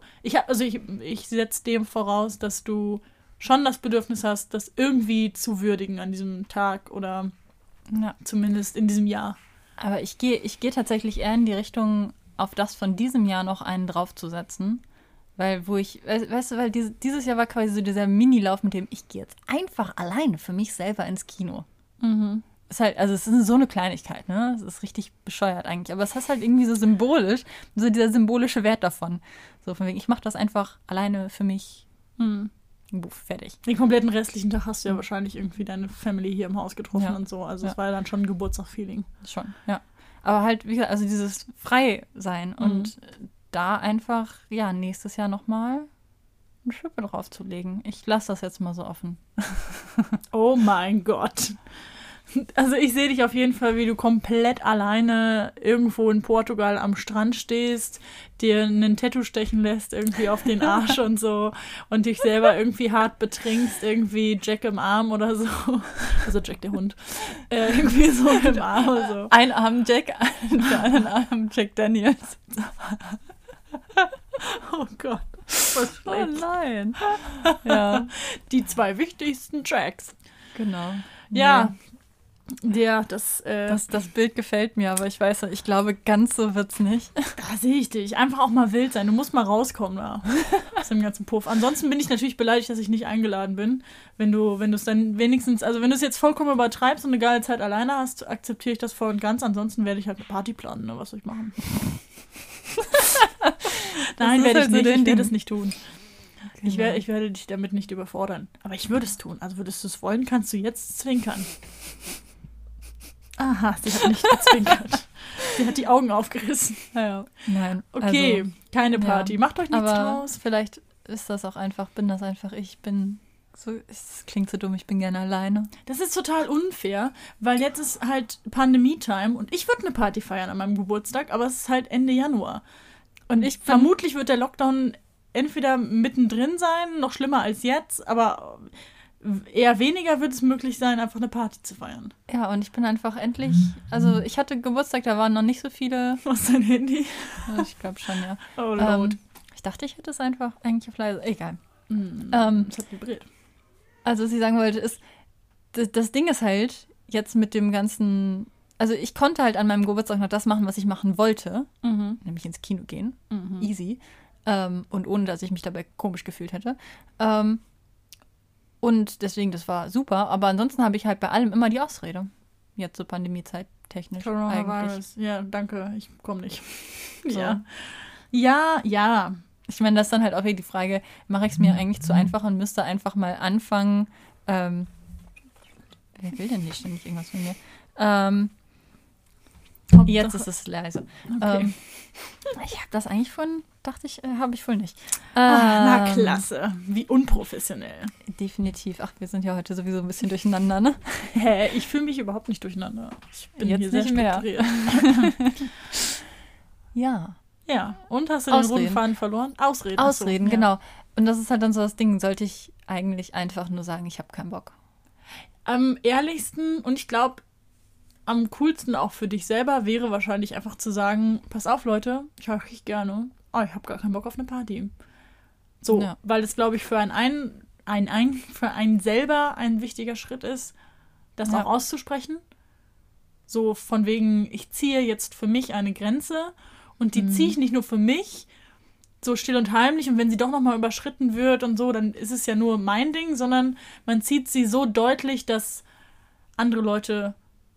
ich setze dem voraus, dass du schon das Bedürfnis hast, das irgendwie zu würdigen an diesem Tag oder Ja. zumindest in diesem Jahr. Aber ich gehe tatsächlich eher in die Richtung, auf das von diesem Jahr noch einen draufzusetzen. Weil weil dieses Jahr war quasi so dieser Minilauf, mit dem ich gehe jetzt einfach alleine für mich selber ins Kino. Ist halt, also es ist so eine Kleinigkeit, ne? Es ist richtig bescheuert eigentlich. Aber es ist halt irgendwie so symbolisch, so dieser symbolische Wert davon. So von wegen, ich mache das einfach alleine für mich. Buff, fertig. Den kompletten restlichen Tag hast du ja wahrscheinlich irgendwie deine Family hier im Haus getroffen und so. Also es war ja dann schon ein Geburtstag-Feeling. Schon, ja. Aber halt, wie gesagt, also dieses Frei-Sein und da einfach, ja, nächstes Jahr nochmal eine Schippe draufzulegen. Ich lasse das jetzt mal so offen. Oh mein Gott. Also ich sehe dich auf jeden Fall, wie du komplett alleine irgendwo in Portugal am Strand stehst, dir einen Tattoo stechen lässt, irgendwie auf den Arsch und so und dich selber irgendwie hart betrinkst, irgendwie Jack im Arm oder so. Also Jack der Hund. Irgendwie so im Arm oder so. Ein Arm Jack, der anderen Arm Jack Daniels. Oh Gott. Was schlecht. Oh nein. Ja. Die 2 wichtigsten Jacks. Genau. Ja. Ja, das Bild gefällt mir, aber ich weiß, ich glaube, ganz so wird's nicht. Da sehe ich dich. Einfach auch mal wild sein. Du musst mal rauskommen da aus dem ganzen Puff. Ansonsten bin ich natürlich beleidigt, dass ich nicht eingeladen bin. Wenn du es dann wenigstens, also wenn du es jetzt vollkommen übertreibst und eine geile Zeit alleine hast, akzeptiere ich das voll und ganz. Ansonsten werde ich halt eine Party planen, ne? Was soll ich machen? Nein, werde ich halt nicht. So Ich werde es nicht tun. Genau. Ich werde dich damit nicht überfordern. Aber ich würde es tun. Also würdest du es wollen, kannst du jetzt zwinkern. Aha, sie hat nicht gezwinkert. Sie hat die Augen aufgerissen. Ja. Nein. Okay, also, keine Party. Macht euch nichts aber draus. Vielleicht ist das auch einfach, ich bin so, es klingt so dumm, ich bin gerne alleine. Das ist total unfair, weil jetzt ist halt Pandemie-Time und ich würde eine Party feiern an meinem Geburtstag, aber es ist halt Ende Januar. Und vermutlich wird der Lockdown entweder mittendrin sein, noch schlimmer als jetzt, aber eher weniger wird es möglich sein, einfach eine Party zu feiern. Ja, und ich bin einfach endlich, also ich hatte Geburtstag, da waren noch nicht so viele. Was ist dein Handy? Ich glaube schon, ja. Oh, laut. Ich dachte, ich hätte es einfach eigentlich auf leise. Egal. Es hat vibriert. Also, was ich sagen wollte, ist, das Ding ist halt, jetzt mit dem ganzen, also ich konnte halt an meinem Geburtstag noch das machen, was ich machen wollte, nämlich ins Kino gehen. Easy. Und ohne, dass ich mich dabei komisch gefühlt hätte. Und deswegen, das war super. Aber ansonsten habe ich halt bei allem immer die Ausrede. Jetzt zur Pandemiezeit technisch eigentlich. Ja, danke, ich komme nicht. So. Ja. Ich meine, das ist dann halt auch wieder die Frage, mache ich es mir eigentlich zu einfach und müsste einfach mal anfangen, wer will denn nicht ständig irgendwas von mir? Jetzt ist es leise. Okay. Ich habe das eigentlich dachte ich, habe ich voll nicht. Na klasse, wie unprofessionell. Definitiv. Ach, wir sind ja heute sowieso ein bisschen durcheinander, ne? Hä, ich fühle mich überhaupt nicht durcheinander. Ich bin Jetzt hier sehr nicht mehr. strukturiert. Ja. Ja, und hast du den roten Faden verloren? Ausreden, so, genau. Und das ist halt dann so das Ding, sollte ich eigentlich einfach nur sagen, ich habe keinen Bock. Am ehrlichsten und ich glaube, am coolsten auch für dich selber wäre wahrscheinlich einfach zu sagen, pass auf, Leute, ich höre richtig gerne, aber ich habe gar keinen Bock auf eine Party. So, ja. Weil es, glaube ich, für einen selber ein wichtiger Schritt ist, das auch auszusprechen. So von wegen, ich ziehe jetzt für mich eine Grenze und die ziehe ich nicht nur für mich, so still und heimlich, und wenn sie doch nochmal überschritten wird und so, dann ist es ja nur mein Ding, sondern man zieht sie so deutlich, dass andere Leute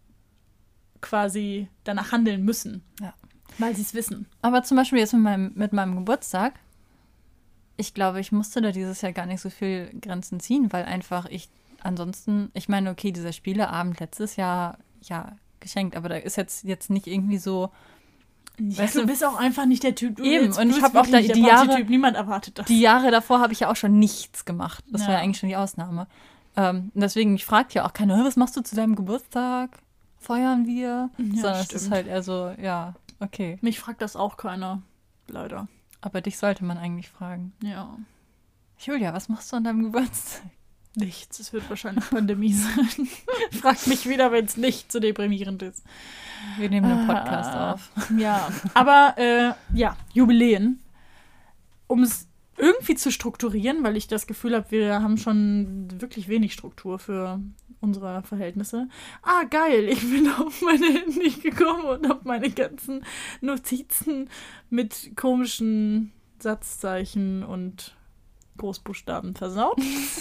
quasi danach handeln müssen, weil sie es wissen. Aber zum Beispiel jetzt mit meinem Geburtstag, ich glaube, ich musste da dieses Jahr gar nicht so viel Grenzen ziehen, weil einfach ansonsten, ich meine, okay, dieser Spieleabend letztes Jahr, ja, geschenkt, aber da ist jetzt nicht irgendwie so. Ja, du bist auch einfach nicht der Typ. Und ich habe auch da die Jahre, niemand erwartet das. Die Jahre davor habe ich ja auch schon nichts gemacht. Das war ja eigentlich schon die Ausnahme. Deswegen, mich fragt ja auch keiner, was machst du zu deinem Geburtstag? Feiern wir? Ja, sondern es ist halt eher so, ja, okay. Mich fragt das auch keiner, leider. Aber dich sollte man eigentlich fragen. Ja. Julia, was machst du an deinem Geburtstag? Nichts, es wird wahrscheinlich Pandemie sein. Fragt mich wieder, wenn es nicht so deprimierend ist. Wir nehmen einen Podcast auf. Ja, aber Jubiläen. Um es irgendwie zu strukturieren, weil ich das Gefühl habe, wir haben schon wirklich wenig Struktur für unsere Verhältnisse. Ah, geil, ich bin auf meine Handy gekommen und habe meine ganzen Notizen mit komischen Satzzeichen und Großbuchstaben versaut.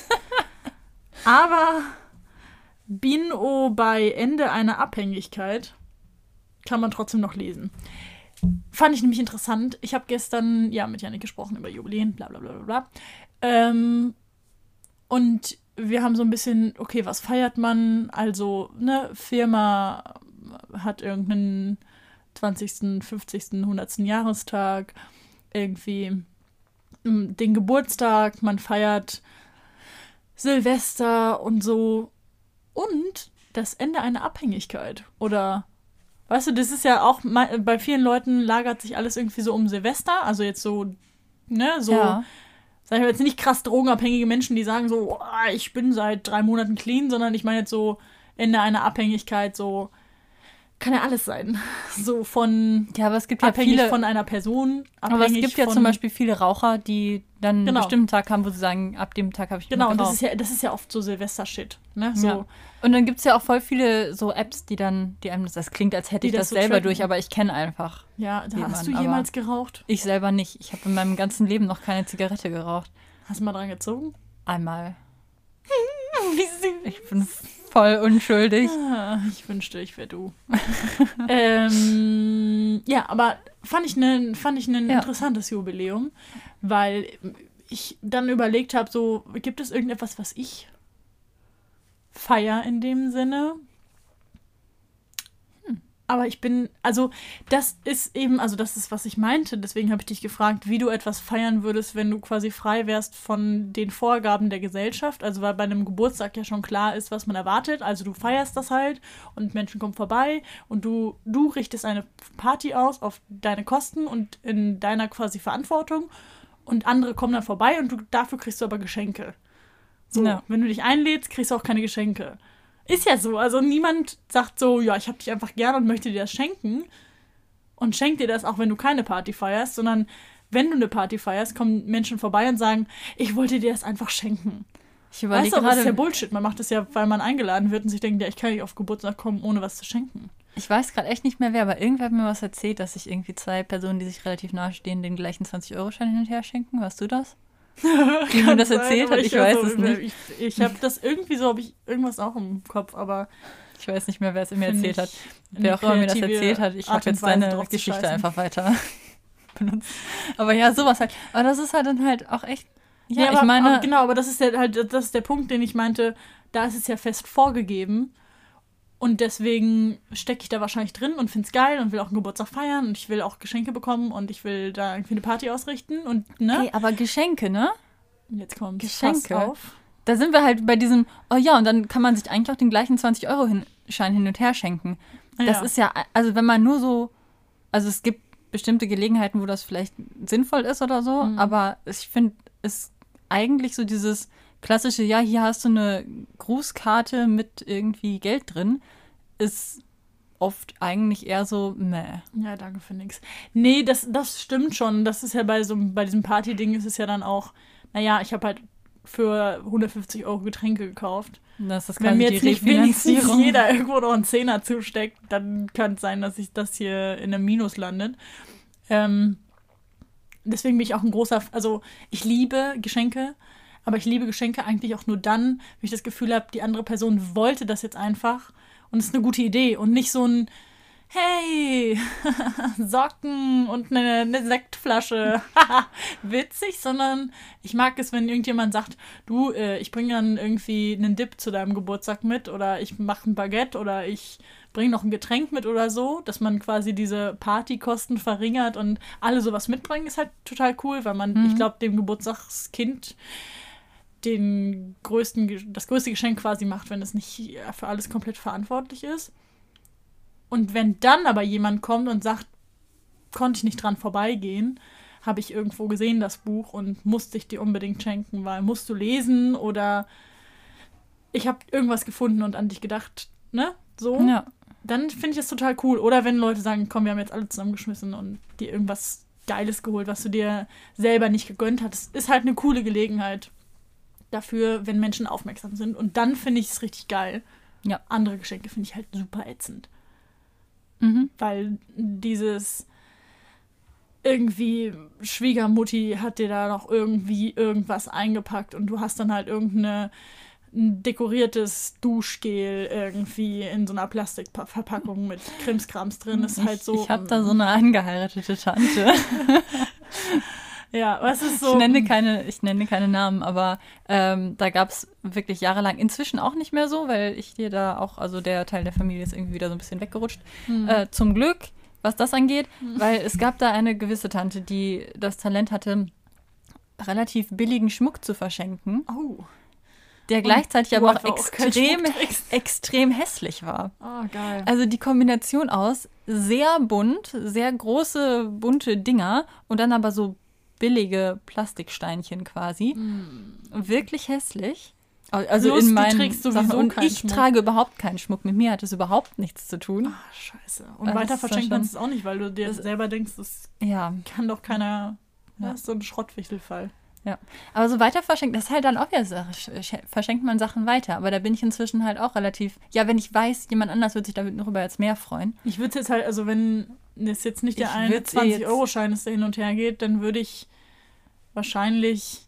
Aber bin bei Ende einer Abhängigkeit kann man trotzdem noch lesen. Fand ich nämlich interessant. Ich habe gestern mit Jannik gesprochen über Jubiläen, bla bla bla bla. Und wir haben so ein bisschen, okay, was feiert man? Also, ne, Firma hat irgendeinen 20., 50., 100. Jahrestag, irgendwie den Geburtstag, man feiert Silvester und so. Und das Ende einer Abhängigkeit. Oder, weißt du, das ist ja auch, bei vielen Leuten lagert sich alles irgendwie so um Silvester. Also jetzt so, ne, so, Ja. sag ich mal jetzt nicht krass drogenabhängige Menschen, die sagen so, oh, ich bin seit 3 Monaten clean, sondern ich meine jetzt so Ende einer Abhängigkeit, so, kann ja alles sein. So von Ja, aber es gibt ja abhängig viele. von einer Person, Aber es abhängig gibt ja von, zum Beispiel viele Raucher, die dann einen Genau. bestimmten Tag haben, wo sie sagen, ab dem Tag habe ich Genau, nicht und mehr geraucht. das ist ja oft so Silvester-Shit. Ne? So, Ja. Und dann gibt es ja auch voll viele so Apps, die einem das klingt, als hätte Die ich das das so selber tracken. durch, aber ich kenne einfach. ja, da hast du Jemand, jemals geraucht? Ich selber nicht. Ich habe in meinem ganzen Leben noch keine Zigarette geraucht. Hast du mal dran gezogen? Einmal. Wie süß. Ich bin voll unschuldig. Ich wünschte, ich wäre du. Ja, aber fand ich ein Ja. interessantes Jubiläum, weil ich dann überlegt habe, so, gibt es irgendetwas, was ich feier in dem Sinne? Aber ich bin, also das ist eben, also das ist, was ich meinte, deswegen habe ich dich gefragt, wie du etwas feiern würdest, wenn du quasi frei wärst von den Vorgaben der Gesellschaft, also weil bei einem Geburtstag ja schon klar ist, was man erwartet, also du feierst das halt und Menschen kommen vorbei und du richtest eine Party aus auf deine Kosten und in deiner quasi Verantwortung und andere kommen dann vorbei und dafür kriegst du aber Geschenke. So, Ja. wenn du dich einlädst, kriegst du auch keine Geschenke. Ist ja so. Also niemand sagt so, ja, ich hab dich einfach gern und möchte dir das schenken. Und schenkt dir das auch, wenn du keine Party feierst, sondern wenn du eine Party feierst, kommen Menschen vorbei und sagen, ich wollte dir das einfach schenken. Ich Weißt überlege du, aber das ist ja gerade, Bullshit. Man macht das ja, weil man eingeladen wird und sich denkt, ja, ich kann nicht auf Geburtstag kommen, ohne was zu schenken. ich weiß gerade echt nicht mehr wer, aber irgendwer hat mir was erzählt, dass sich irgendwie 2 Personen, die sich relativ nahe stehen, den gleichen 20-Euro-Schein hin und her schenken. Weißt du das? Wie mir das erzählt hat, ich weiß es nicht. Ich habe das irgendwie so, habe ich irgendwas auch im Kopf, aber Ich weiß nicht mehr, wer es mir Finde erzählt hat. ich Wer auch immer mir das kreative erzählt hat, ich habe Art und jetzt Weise, deine drauf zu Geschichte scheißen. einfach weiter benutzt. Aber ja, sowas halt. Aber das ist halt dann halt auch echt. Ja, aber, ich meine. aber genau, aber das ist der Punkt, den ich meinte, da ist es ja fest vorgegeben. Und deswegen stecke ich da wahrscheinlich drin und finde es geil und will auch einen Geburtstag feiern und ich will auch Geschenke bekommen und ich will da irgendwie eine Party ausrichten und ne? Ey, aber Geschenke, ne? Jetzt kommt Geschenke. Fass auf. Da sind wir halt bei diesem, oh ja, und dann kann man sich eigentlich auch den gleichen 20-Euro-Schein hin und her schenken. Das Ja. ist ja, also wenn man nur so, also es gibt bestimmte Gelegenheiten, wo das vielleicht sinnvoll ist oder so, aber ich finde, es eigentlich so dieses klassische, ja, hier hast du eine Grußkarte mit irgendwie Geld drin, ist oft eigentlich eher so, meh. Ja, danke für nix. Nee, das stimmt schon. Das ist ja bei diesem Party-Ding ist es ja dann auch, naja, ich habe halt für 150 Euro Getränke gekauft. Das ist Wenn quasi mir die jetzt nicht wenigstens Refinanzierung. jeder irgendwo noch einen Zehner zusteckt, dann kann es sein, dass ich das hier in einem Minus landet. Deswegen bin ich auch ein großer, also ich liebe Geschenke, aber ich liebe Geschenke eigentlich auch nur dann, wenn ich das Gefühl habe, die andere Person wollte das jetzt einfach und es ist eine gute Idee und nicht so ein hey, Socken und eine Sektflasche, witzig, sondern ich mag es, wenn irgendjemand sagt, du, ich bringe dann irgendwie einen Dip zu deinem Geburtstag mit oder ich mache ein Baguette oder ich bringe noch ein Getränk mit oder so, dass man quasi diese Partykosten verringert und alle sowas mitbringen, ist halt total cool, weil man, ich glaube, dem Geburtstagskind das größte Geschenk quasi macht, wenn es nicht für alles komplett verantwortlich ist. Und wenn dann aber jemand kommt und sagt, konnte ich nicht dran vorbeigehen, habe ich irgendwo gesehen, das Buch, und musste ich dir unbedingt schenken, weil musst du lesen oder ich habe irgendwas gefunden und an dich gedacht, ne? So. Ja. Dann finde ich das total cool. Oder wenn Leute sagen, komm, wir haben jetzt alle zusammengeschmissen und dir irgendwas Geiles geholt, was du dir selber nicht gegönnt hast. Ist halt eine coole Gelegenheit dafür, wenn Menschen aufmerksam sind. Und dann finde ich es richtig geil. Ja. Andere Geschenke finde ich halt super ätzend. Mhm. Weil dieses irgendwie Schwiegermutti hat dir da noch irgendwie irgendwas eingepackt und du hast dann halt ein dekoriertes Duschgel irgendwie in so einer Plastikverpackung mit Krimskrams drin. Ist halt so. Ich habe da so eine angeheiratete Tante. Ja, was ist so? Ich nenne keine Namen, aber da gab es wirklich jahrelang, inzwischen auch nicht mehr so, weil ich dir da auch, also der Teil der Familie ist irgendwie wieder so ein bisschen weggerutscht. Zum Glück, was das angeht, weil es gab da eine gewisse Tante, die das Talent hatte, relativ billigen Schmuck zu verschenken. Oh. Der gleichzeitig aber auch extrem extrem hässlich war. Oh, geil. Also die Kombination aus sehr bunt, sehr große, bunte Dinger und dann aber so billige Plastiksteinchen quasi. Wirklich hässlich. Also Plus, in meinen du trägst sowieso Sachen. Und keinen ich Schmuck. trage überhaupt keinen Schmuck. Mit mir hat es überhaupt nichts zu tun. Ah, scheiße. Und Das weiter ist verschenkt schon- man es auch nicht, weil du dir selber denkst, das Ja. kann doch keiner. Ja. Das ist so ein Schrottwichtelfall. Ja, aber so weiter verschenkt, das ist halt dann auch wieder Sache. Verschenkt man Sachen weiter. Aber da bin ich inzwischen halt auch relativ, ja, wenn ich weiß, jemand anders wird sich darüber jetzt mehr freuen. Ich würde jetzt halt, also wenn es jetzt nicht der Ich eine würd's 20-Euro-Schein ist, der hin und her geht, dann würde ich wahrscheinlich,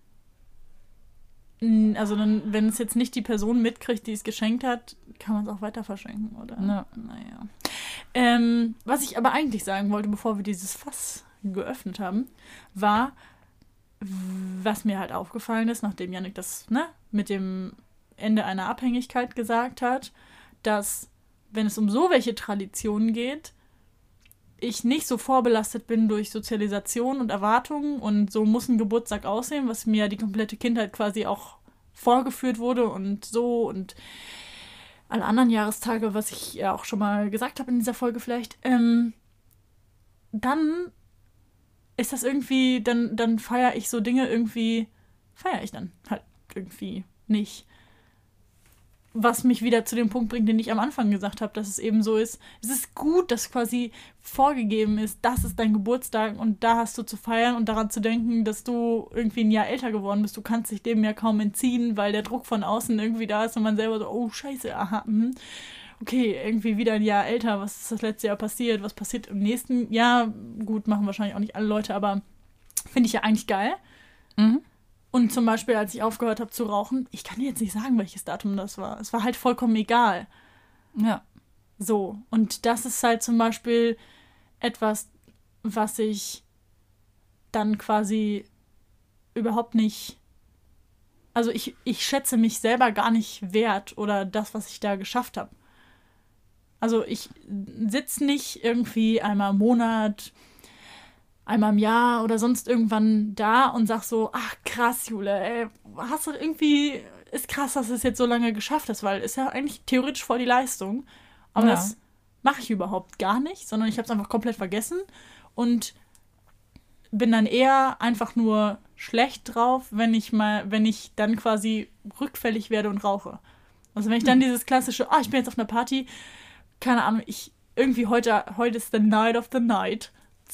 also dann, wenn es jetzt nicht die Person mitkriegt, die es geschenkt hat, kann man es auch weiter verschenken, oder? Ja. Naja. Was ich aber eigentlich sagen wollte, bevor wir dieses Fass geöffnet haben, war, was mir halt aufgefallen ist, nachdem Yannick das mit dem Ende einer Abhängigkeit gesagt hat, dass, wenn es um so welche Traditionen geht, ich nicht so vorbelastet bin durch Sozialisation und Erwartungen und so muss ein Geburtstag aussehen, was mir die komplette Kindheit quasi auch vorgeführt wurde und so und alle anderen Jahrestage, was ich ja auch schon mal gesagt habe in dieser Folge vielleicht, dann ist das irgendwie, dann feiere ich so Dinge irgendwie, feiere ich dann halt irgendwie nicht. Was mich wieder zu dem Punkt bringt, den ich am Anfang gesagt habe, dass es eben so ist. Es ist gut, dass quasi vorgegeben ist, das ist dein Geburtstag und da hast du zu feiern und daran zu denken, dass du irgendwie ein Jahr älter geworden bist. Du kannst dich dem ja kaum entziehen, weil der Druck von außen irgendwie da ist und man selber so, oh scheiße, aha, okay, irgendwie wieder ein Jahr älter, was ist das letzte Jahr passiert, was passiert im nächsten Jahr? Gut, machen wahrscheinlich auch nicht alle Leute, aber finde ich ja eigentlich geil. Mhm. Und zum Beispiel, als ich aufgehört habe zu rauchen, ich kann dir jetzt nicht sagen, welches Datum das war. Es war halt vollkommen egal. Ja. So, und das ist halt zum Beispiel etwas, was ich dann quasi überhaupt nicht, also ich schätze mich selber gar nicht wert oder das, was ich da geschafft habe. Also ich sitze nicht irgendwie einmal im Monat, einmal im Jahr oder sonst irgendwann da und sag so, ach krass, Jule, ey, hast du irgendwie, ist krass, dass du es jetzt so lange geschafft hast, weil ist ja eigentlich theoretisch voll die Leistung. Aber Ja. das mache ich überhaupt gar nicht, sondern ich habe es einfach komplett vergessen und bin dann eher einfach nur schlecht drauf, wenn ich dann quasi rückfällig werde und rauche. Also wenn ich dann dieses klassische, ich bin jetzt auf einer Party, keine Ahnung, heute ist the night of the night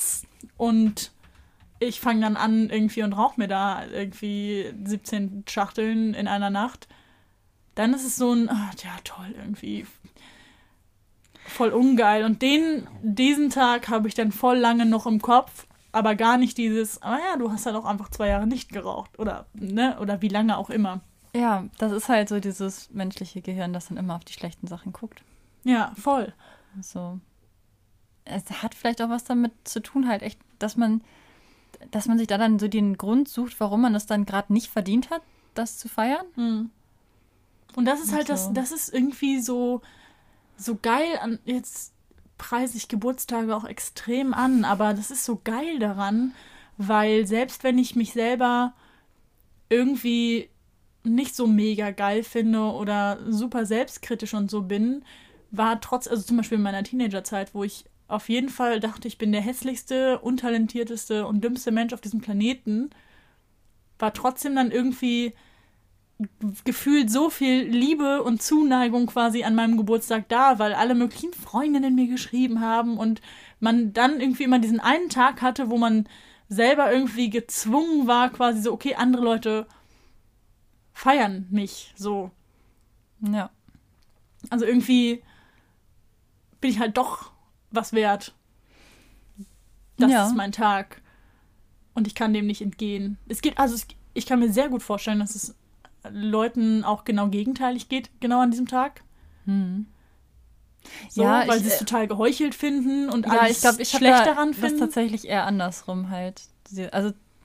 und ich fange dann an irgendwie und rauche mir da irgendwie 17 Schachteln in einer Nacht, dann ist es so ein, ja toll, irgendwie voll ungeil. Und diesen Tag habe ich dann voll lange noch im Kopf, aber gar nicht dieses, du hast halt auch einfach 2 Jahre nicht geraucht oder wie lange auch immer. Ja, das ist halt so dieses menschliche Gehirn, das dann immer auf die schlechten Sachen guckt. Ja, voll. So. Es hat vielleicht auch was damit zu tun, halt echt, dass man sich da dann so den Grund sucht, warum man es dann gerade nicht verdient hat, das zu feiern. Und das ist halt So. das ist irgendwie so geil an, jetzt preise ich Geburtstage auch extrem an, aber das ist so geil daran, weil selbst wenn ich mich selber irgendwie nicht so mega geil finde oder super selbstkritisch und so bin, war also zum Beispiel in meiner Teenagerzeit, wo ich auf jeden Fall dachte, ich bin der hässlichste, untalentierteste und dümmste Mensch auf diesem Planeten, war trotzdem dann irgendwie gefühlt so viel Liebe und Zuneigung quasi an meinem Geburtstag da, weil alle möglichen Freundinnen mir geschrieben haben und man dann irgendwie immer diesen einen Tag hatte, wo man selber irgendwie gezwungen war, quasi so, okay, andere Leute feiern mich so. Ja. Also irgendwie bin ich halt doch was wert. Das Ja. ist mein Tag. Und ich kann dem nicht entgehen. Ich kann mir sehr gut vorstellen, dass es Leuten auch genau gegenteilig geht, genau an diesem Tag. So, Ja, weil sie es total geheuchelt finden und Ja, alles ich glaube, ich schlecht habe daran das finden. tatsächlich eher andersrum halt. Also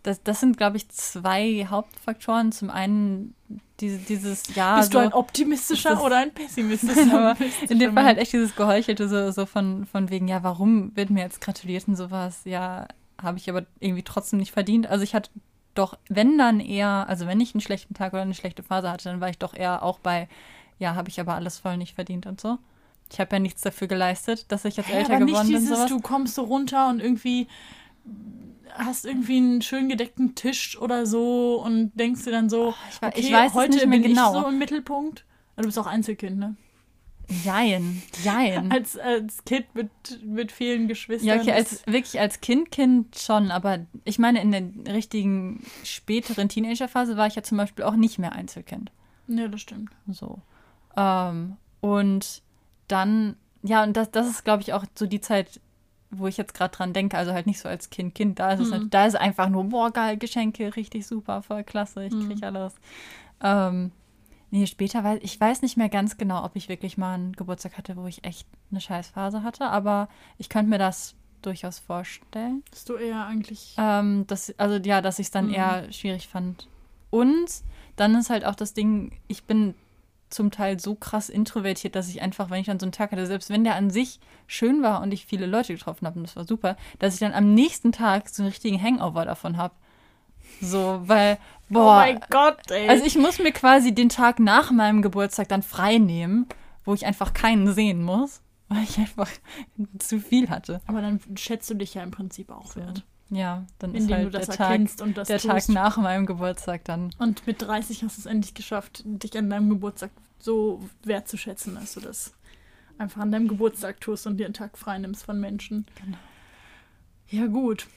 das sind, glaube ich, 2 Hauptfaktoren. Zum einen dieses Jahr. Bist du ein optimistischer oder ein pessimistischer? Aber in dem Fall halt echt dieses Geheuchelte, so von wegen, ja, warum wird mir jetzt gratuliert und sowas? Ja, habe ich aber irgendwie trotzdem nicht verdient. Also ich hatte doch, wenn dann eher, also wenn ich einen schlechten Tag oder eine schlechte Phase hatte, dann war ich doch eher auch bei, ja, habe ich aber alles voll nicht verdient und so. Ich habe ja nichts dafür geleistet, dass ich jetzt älter aber geworden nicht bin. Dieses, du kommst so runter und irgendwie hast irgendwie einen schön gedeckten Tisch oder so und denkst dir dann so, ich weiß heute nicht mehr bin genau. ich so im Mittelpunkt. Du bist auch Einzelkind, ne? Jein. Als Kind mit vielen Geschwistern. Ja, okay, wirklich als Kind schon, aber ich meine, in der richtigen späteren Teenagerphase war ich ja zum Beispiel auch nicht mehr Einzelkind. Ja, das stimmt. So. Und dann, ja, und das ist, glaube ich, auch so die Zeit, wo ich jetzt gerade dran denke, also halt nicht so als Kind, da ist es halt, da ist einfach nur, boah, geil, Geschenke, richtig super, voll klasse, ich krieg alles. Nee, später ich weiß nicht mehr ganz genau, ob ich wirklich mal einen Geburtstag hatte, wo ich echt eine Scheißphase hatte, aber ich könnte mir das durchaus vorstellen. Bist du eher eigentlich... dass ich es dann eher schwierig fand. Und dann ist halt auch das Ding, ich bin zum Teil so krass introvertiert, dass ich einfach, wenn ich dann so einen Tag hatte, selbst wenn der an sich schön war und ich viele Leute getroffen habe und das war super, dass ich dann am nächsten Tag so einen richtigen Hangover davon habe. So, weil, boah. Oh mein Gott, ey. Also ich muss mir quasi den Tag nach meinem Geburtstag dann frei nehmen, wo ich einfach keinen sehen muss, weil ich einfach zu viel hatte. Aber dann schätzt du dich ja im Prinzip auch wert. Ja, dann Indem ist halt du das der erkennst und das der tust. Tag nach meinem Geburtstag dann. Und mit 30 hast du es endlich geschafft, dich an deinem Geburtstag so wertzuschätzen, dass du das einfach an deinem Geburtstag tust und dir einen Tag frei nimmst von Menschen. Genau. Ja, gut.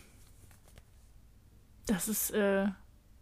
Das ist, In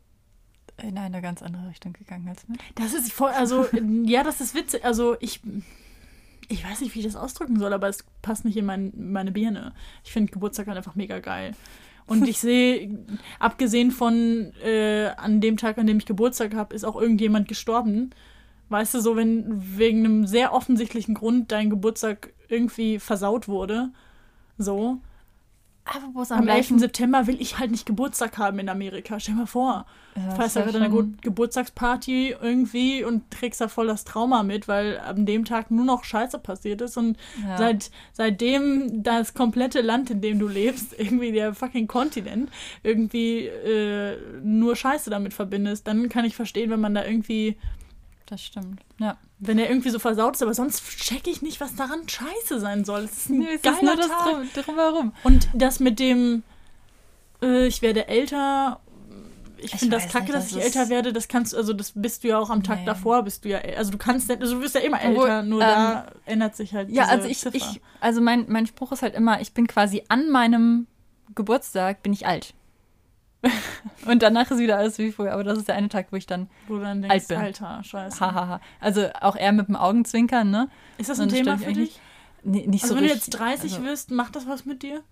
eine ganz andere Richtung gegangen als mir. das ist voll, also, ja, das ist witzig. Also, ich weiß nicht, wie ich das ausdrücken soll, aber es passt nicht in meine Birne. Ich finde Geburtstag halt einfach mega geil. Und ich sehe, abgesehen von an dem Tag, an dem ich Geburtstag habe, ist auch irgendjemand gestorben. Weißt du, so wenn wegen einem sehr offensichtlichen Grund dein Geburtstag irgendwie versaut wurde. So. Aber wo es Am 11. September will ich halt nicht Geburtstag haben in Amerika. Stell dir mal vor. Ja, Feierst da gerade eine Geburtstagsparty irgendwie und trägst da voll das Trauma mit, weil an dem Tag nur noch Scheiße passiert ist und seitdem das komplette Land, in dem du lebst, irgendwie der fucking Kontinent, irgendwie nur Scheiße damit verbindest, dann kann ich verstehen, wenn man da irgendwie... Das stimmt, ja. Wenn der irgendwie so versaut ist, aber sonst check ich nicht, was daran scheiße sein soll. Es ist ein es geiler ist nur Tag. das drumherum. Und das mit dem, ich werde älter, ich finde das weiß kacke, nicht, dass das ich ist- älter werde, das kannst du, also das bist du ja auch am Tag Nee. davor, bist du ja, also du wirst ja immer älter, nur da ändert sich halt Ja, diese Ziffer. also mein Spruch ist halt immer, ich bin quasi an meinem Geburtstag, bin ich alt. Und danach ist wieder alles wie vorher. Aber das ist der eine Tag, wo ich dann Wo du dann alt denkst, bin. Alter, scheiße. hahaha. Also auch eher mit dem Augenzwinkern, ne? Ist das ein Und das Thema stört für mich dich? Nee, nicht Also so wenn du richtig. jetzt 30 also, wirst, macht das was mit dir?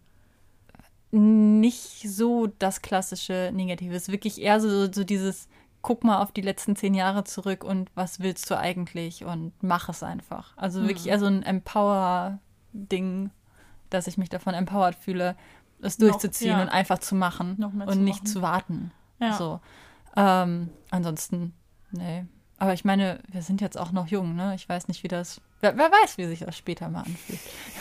nicht so das klassische Negative. Es ist wirklich eher so dieses, guck mal auf die letzten 10 Jahre zurück und was willst du eigentlich und mach es einfach. Also wirklich eher so ein Empower-Ding, dass ich mich davon empowered fühle, es durchzuziehen ja. und einfach zu machen Noch mehr und zu nicht machen. zu warten. Ja. So. Ansonsten, nee. Aber ich meine, wir sind jetzt auch noch jung, ne? Ich weiß nicht, wie das. Wer weiß, wie sich das später mal anfühlt.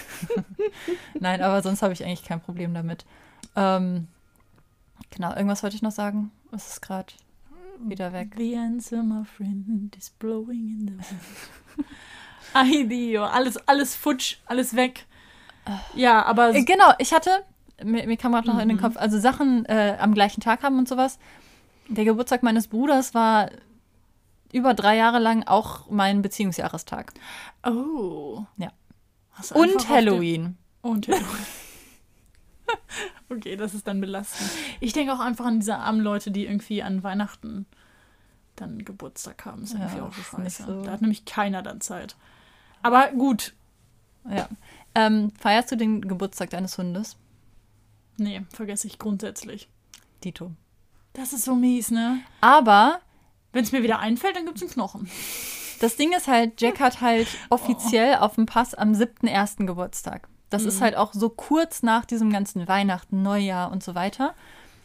Nein, aber sonst habe ich eigentlich kein Problem damit. Genau, irgendwas wollte ich noch sagen. Es ist gerade wieder weg. The answer, my friend, is blowing in the wind. Ay, Dio, alles futsch, alles weg. Ja, aber... Genau, ich hatte, mir kam gerade noch in den Kopf, also Sachen am gleichen Tag haben und sowas. Der Geburtstag meines Bruders war über 3 Jahre lang auch mein Beziehungsjahrestag. Oh. Ja. Hast du einfach Und auf Halloween. Und Halloween. Okay, das ist dann belastend. Ich denke auch einfach an diese armen Leute, die irgendwie an Weihnachten dann Geburtstag haben. Das ist Ja, irgendwie auch das ist nicht scheiße. so. Da hat nämlich keiner dann Zeit. Aber gut. Ja. Feierst du den Geburtstag deines Hundes? Nee, vergesse ich grundsätzlich. Dito. Das ist so mies, ne? Aber Wenn es mir wieder einfällt, dann gibt's einen Knochen. das Ding ist halt, Jack hat halt offiziell auf dem Pass am 7.1. Geburtstag. Das ist halt auch so kurz nach diesem ganzen Weihnachten, Neujahr und so weiter.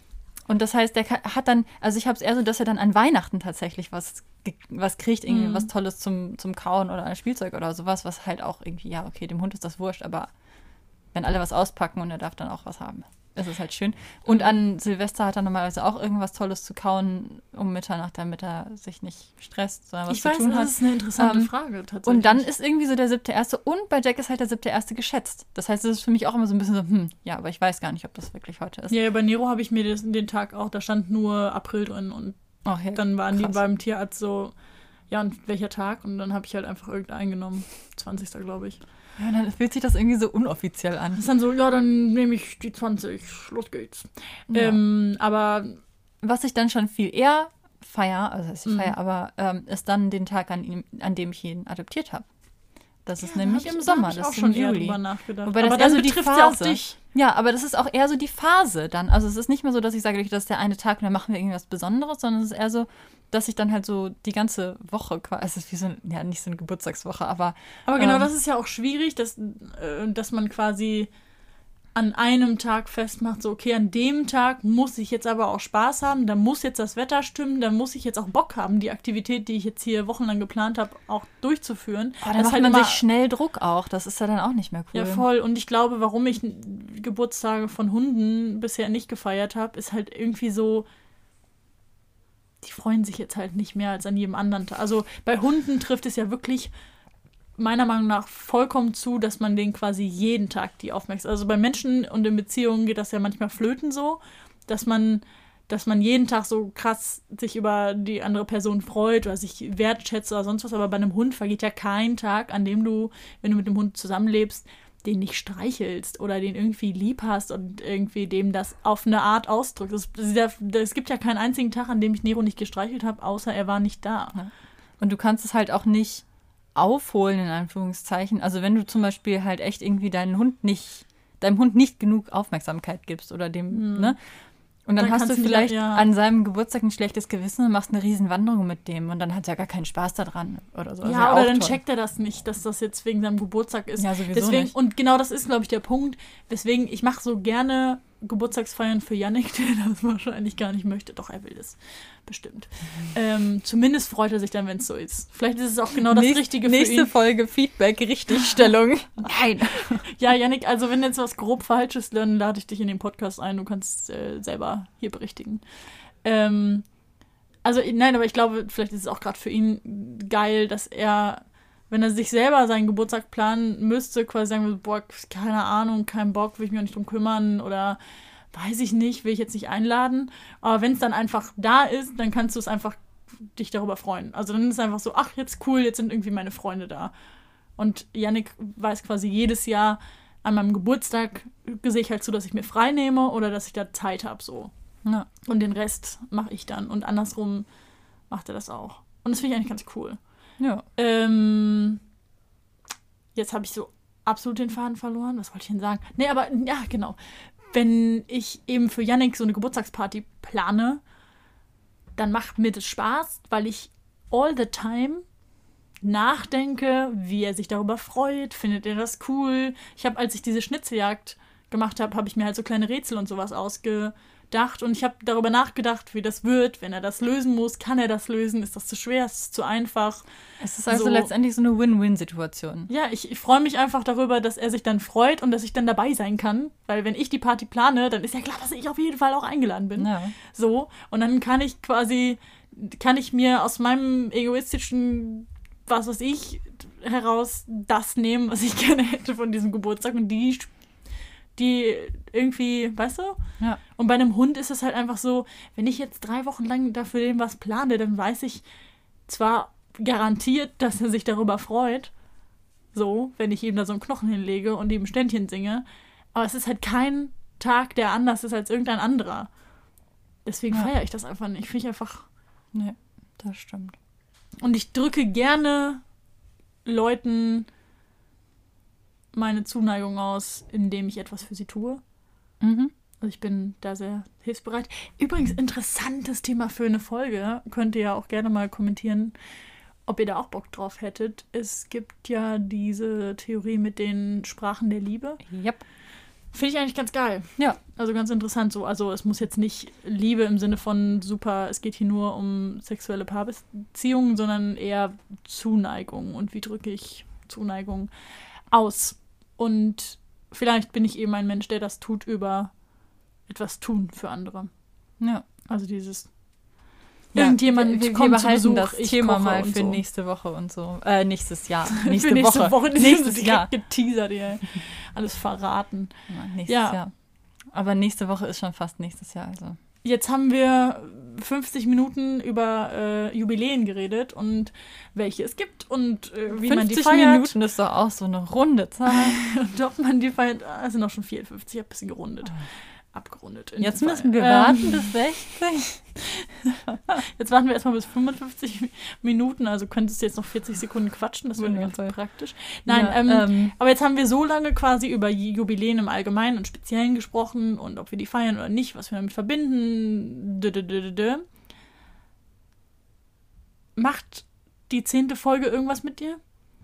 Und das heißt, hat dann, also ich habe es eher so, dass er dann an Weihnachten tatsächlich was kriegt, irgendwie was Tolles zum Kauen oder ein Spielzeug oder sowas, was halt auch irgendwie, ja, okay, dem Hund ist das wurscht, aber wenn alle was auspacken und er darf dann auch was haben, ist es halt schön. Und an Silvester hat er normalerweise auch irgendwas Tolles zu kauen um Mitternacht, damit er sich nicht stresst, sondern was zu tun hat. Das ist eine interessante Frage tatsächlich. Und dann ist irgendwie so der 7.1. und bei Jack ist halt der 7.1. geschätzt. Das heißt, es ist für mich auch immer so ein bisschen so, ja, aber ich weiß gar nicht, ob das wirklich heute ist. Ja, bei Nero habe ich mir den Tag auch, da stand nur April drin und dann waren die beim Tierarzt so, ja, und welcher Tag? Und dann habe ich halt einfach irgendeinen genommen. 20. glaube ich. Ja, und dann fühlt sich das irgendwie so unoffiziell an. Das ist dann so, ja, dann nehme ich die 20, los geht's. Ja. Aber was ich dann schon viel eher feiere, also das heißt ich feiere, aber ist dann den Tag, an dem ich ihn adoptiert habe. Das ist nämlich im Sommer, das ist auch schon im Juli. Drüber nachgedacht. Wobei das aber eher dann so die betrifft Phase. Ja auch dich. Ja, aber das ist auch eher so die Phase dann. Also es ist nicht mehr so, dass ich sage, das ist der eine Tag und dann machen wir irgendwas Besonderes, sondern es ist eher so, dass ich dann halt so die ganze Woche quasi, es ist wie so, ja, nicht so eine Geburtstagswoche, aber genau, das ist ja auch schwierig, dass man quasi an einem Tag festmacht, so okay, an dem Tag muss ich jetzt aber auch Spaß haben, da muss jetzt das Wetter stimmen, da muss ich jetzt auch Bock haben, die Aktivität, die ich jetzt hier wochenlang geplant habe, auch durchzuführen. Oh, da macht man sich schnell Druck auch, das ist ja dann auch nicht mehr cool. Ja, voll. Und ich glaube, warum ich Geburtstage von Hunden bisher nicht gefeiert habe, ist halt irgendwie so, die freuen sich jetzt halt nicht mehr als an jedem anderen Tag. Also bei Hunden trifft es ja wirklich meiner Meinung nach vollkommen zu, dass man denen quasi jeden Tag die Aufmerksamkeit. Also bei Menschen und in Beziehungen geht das ja manchmal flöten so, dass man jeden Tag so krass sich über die andere Person freut oder sich wertschätzt oder sonst was. Aber bei einem Hund vergeht ja kein Tag, an dem du, wenn du mit dem Hund zusammenlebst, den nicht streichelst oder den irgendwie lieb hast und irgendwie dem das auf eine Art ausdrückt. Es gibt ja keinen einzigen Tag, an dem ich Nero nicht gestreichelt habe, außer er war nicht da. Ja. Und du kannst es halt auch nicht aufholen, in Anführungszeichen. Also wenn du zum Beispiel halt echt irgendwie deinem Hund nicht genug Aufmerksamkeit gibst oder dem, ne? Und dann hast du vielleicht an seinem Geburtstag ein schlechtes Gewissen und machst eine Riesenwanderung mit dem und dann hat er gar keinen Spaß daran oder so. Ja, oder dann checkt er das nicht, dass das jetzt wegen seinem Geburtstag ist. Ja, sowieso nicht. Und genau das ist, glaube ich, der Punkt, weswegen ich mache so gerne Geburtstagsfeiern für Yannick, der das wahrscheinlich gar nicht möchte. Doch, er will das. Bestimmt. Zumindest freut er sich dann, wenn es so ist. Vielleicht ist es auch genau das Richtige für ihn. Nächste Folge Feedback, Richtigstellung. Nein. Ja, Yannick, also wenn jetzt was grob falsch ist, dann lade ich dich in den Podcast ein. Du kannst selber hier berichtigen. Nein, aber ich glaube, vielleicht ist es auch gerade für ihn geil, dass er, wenn er sich selber seinen Geburtstag planen müsste, quasi sagen würde, boah, keine Ahnung, kein Bock, will ich mich auch nicht drum kümmern oder weiß ich nicht, will ich jetzt nicht einladen. Aber wenn es dann einfach da ist, dann kannst du es einfach dich darüber freuen. Also dann ist es einfach so, ach, jetzt cool, jetzt sind irgendwie meine Freunde da. Und Yannick weiß quasi jedes Jahr, an meinem Geburtstag sehe ich halt so, dass ich mir frei nehme oder dass ich da Zeit habe, so. Ja. Und den Rest mache ich dann. Und andersrum macht er das auch. Und das finde ich eigentlich ganz cool. Ja. Jetzt habe ich so absolut den Faden verloren. Was wollte ich denn sagen? Nee, aber, ja, genau. Wenn ich eben für Yannick so eine Geburtstagsparty plane, dann macht mir das Spaß, weil ich all the time nachdenke, wie er sich darüber freut, findet er das cool. Als ich diese Schnitzeljagd gemacht habe, habe ich mir halt so kleine Rätsel und sowas ausgedacht und ich habe darüber nachgedacht, wie das wird, wenn er das lösen muss. Kann er das lösen? Ist das zu schwer? Ist es zu einfach? Es ist also letztendlich so eine Win-Win-Situation. Ja, ich freue mich einfach darüber, dass er sich dann freut und dass ich dann dabei sein kann, weil wenn ich die Party plane, dann ist ja klar, dass ich auf jeden Fall auch eingeladen bin. Ja. So, und dann kann ich mir aus meinem egoistischen, was weiß ich, heraus das nehmen, was ich gerne hätte von diesem Geburtstag und die irgendwie, weißt du? Ja. Und bei einem Hund ist es halt einfach so, wenn ich jetzt 3 Wochen lang dafür dem was plane, dann weiß ich zwar garantiert, dass er sich darüber freut, so, wenn ich ihm da so einen Knochen hinlege und ihm ein Ständchen singe, aber es ist halt kein Tag, der anders ist als irgendein anderer. Deswegen feiere ich das einfach nicht. Finde ich einfach... Nee, das stimmt. Und ich drücke gerne Leuten meine Zuneigung aus, indem ich etwas für sie tue. Mhm. Also ich bin da sehr hilfsbereit. Übrigens, interessantes Thema für eine Folge. Könnt ihr ja auch gerne mal kommentieren, ob ihr da auch Bock drauf hättet. Es gibt ja diese Theorie mit den Sprachen der Liebe. Yep. Finde ich eigentlich ganz geil. Ja. Also ganz interessant so. Also es muss jetzt nicht Liebe im Sinne von super, es geht hier nur um sexuelle Paarbeziehungen, sondern eher Zuneigung. Und wie drücke ich Zuneigung aus? Und vielleicht bin ich eben ein Mensch, der das tut über etwas tun für andere. Ja. Also dieses irgendjemand wir kommt behalten zu Besuch, das ich Thema koche mal und für so. Nächste Woche und so. Nächstes Jahr. Nächste Woche. Nächstes Jahr. Geteasert, ey. Alles verraten. Ja, nächstes Jahr. Aber nächste Woche ist schon fast nächstes Jahr. Also. Jetzt haben wir 50 Minuten über Jubiläen geredet und welche es gibt und wie man die feiert. 50 Minuten ist doch auch so eine runde Zahl. Und ob man die feiert. Es sind auch schon 54, ich habe ein bisschen gerundet. Abgerundet. Jetzt müssen wir warten bis 60. Jetzt warten wir erstmal bis 55 Minuten, also könntest du jetzt noch 40 Sekunden quatschen, das wäre ganz praktisch. Nein, aber jetzt haben wir so lange quasi über Jubiläen im Allgemeinen und Speziellen gesprochen und ob wir die feiern oder nicht, was wir damit verbinden. Macht die 10. Folge irgendwas mit dir?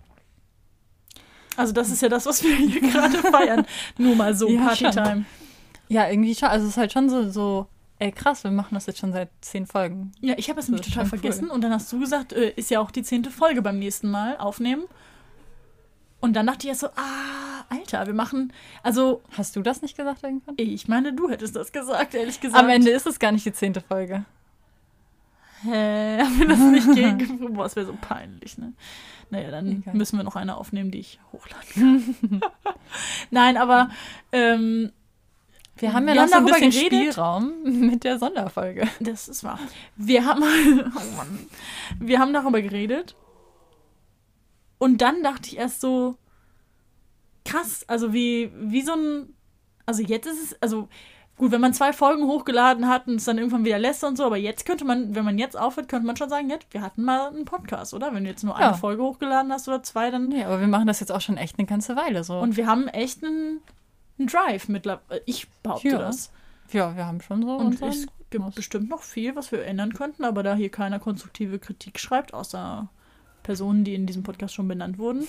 Also das ist ja das, was wir hier gerade feiern. Nur mal so, Partytime. Ja, irgendwie schon. Also es ist halt schon so, ey krass, wir machen das jetzt schon seit 10 Folgen. Ja, ich habe es nämlich total vergessen. Cool. Und dann hast du gesagt, ist ja auch die 10. Folge beim nächsten Mal aufnehmen. Und dann dachte ich erst so, Alter, wir machen, also... Hast du das nicht gesagt irgendwann? Ich meine, du hättest das gesagt, ehrlich gesagt. Am Ende ist es gar nicht die 10. Folge. Haben wir das nicht gegen... Boah, das wäre so peinlich, ne? Naja, dann müssen wir noch eine aufnehmen, die ich hochladen kann. Nein, aber... Wir haben ja noch so ein bisschen Spielraum mit der Sonderfolge. Das ist wahr. Wir haben darüber geredet. Und dann dachte ich erst so, krass, also wie so ein, also jetzt ist es, also gut, wenn man 2 Folgen hochgeladen hat und es dann irgendwann wieder lässt und so, aber jetzt könnte man, wenn man jetzt aufhört, könnte man schon sagen, jetzt, wir hatten mal einen Podcast, oder? Wenn du jetzt nur eine Folge hochgeladen hast oder 2, dann... Ja, aber wir machen das jetzt auch schon echt eine ganze Weile so. Und wir haben echt einen Drive mittlerweile. Ich behaupte das. Ja, wir haben schon so. Und es gibt bestimmt noch viel, was wir ändern könnten, aber da hier keiner konstruktive Kritik schreibt, außer Personen, die in diesem Podcast schon benannt wurden,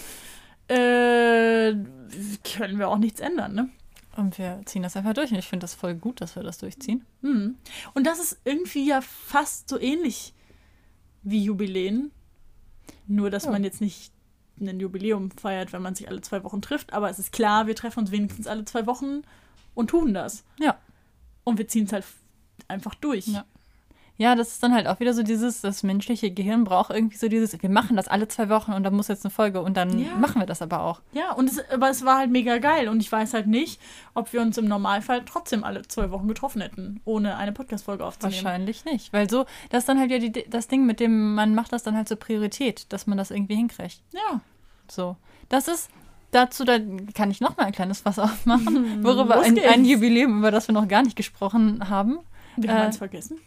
können wir auch nichts ändern, ne? Und wir ziehen das einfach durch. Und ich finde das voll gut, dass wir das durchziehen. Und das ist irgendwie ja fast so ähnlich wie Jubiläen. Nur, dass man jetzt nicht ein Jubiläum feiert, wenn man sich alle 2 Wochen trifft. Aber es ist klar, wir treffen uns wenigstens alle 2 Wochen und tun das. Ja. Und wir ziehen es halt einfach durch. Ja, das ist dann halt auch wieder so das menschliche Gehirn braucht irgendwie so wir machen das alle 2 Wochen und dann muss jetzt eine Folge und dann machen wir das aber auch. Ja, aber es war halt mega geil und ich weiß halt nicht, ob wir uns im Normalfall trotzdem alle 2 Wochen getroffen hätten, ohne eine Podcast-Folge aufzunehmen. Wahrscheinlich nicht, weil so, das ist dann halt ja das Ding, mit dem man macht das dann halt zur Priorität, dass man das irgendwie hinkriegt. Ja. So, das ist dazu, da kann ich noch mal ein kleines Fass aufmachen, worüber ein Jubiläum, über das wir noch gar nicht gesprochen haben. Wir haben eins vergessen.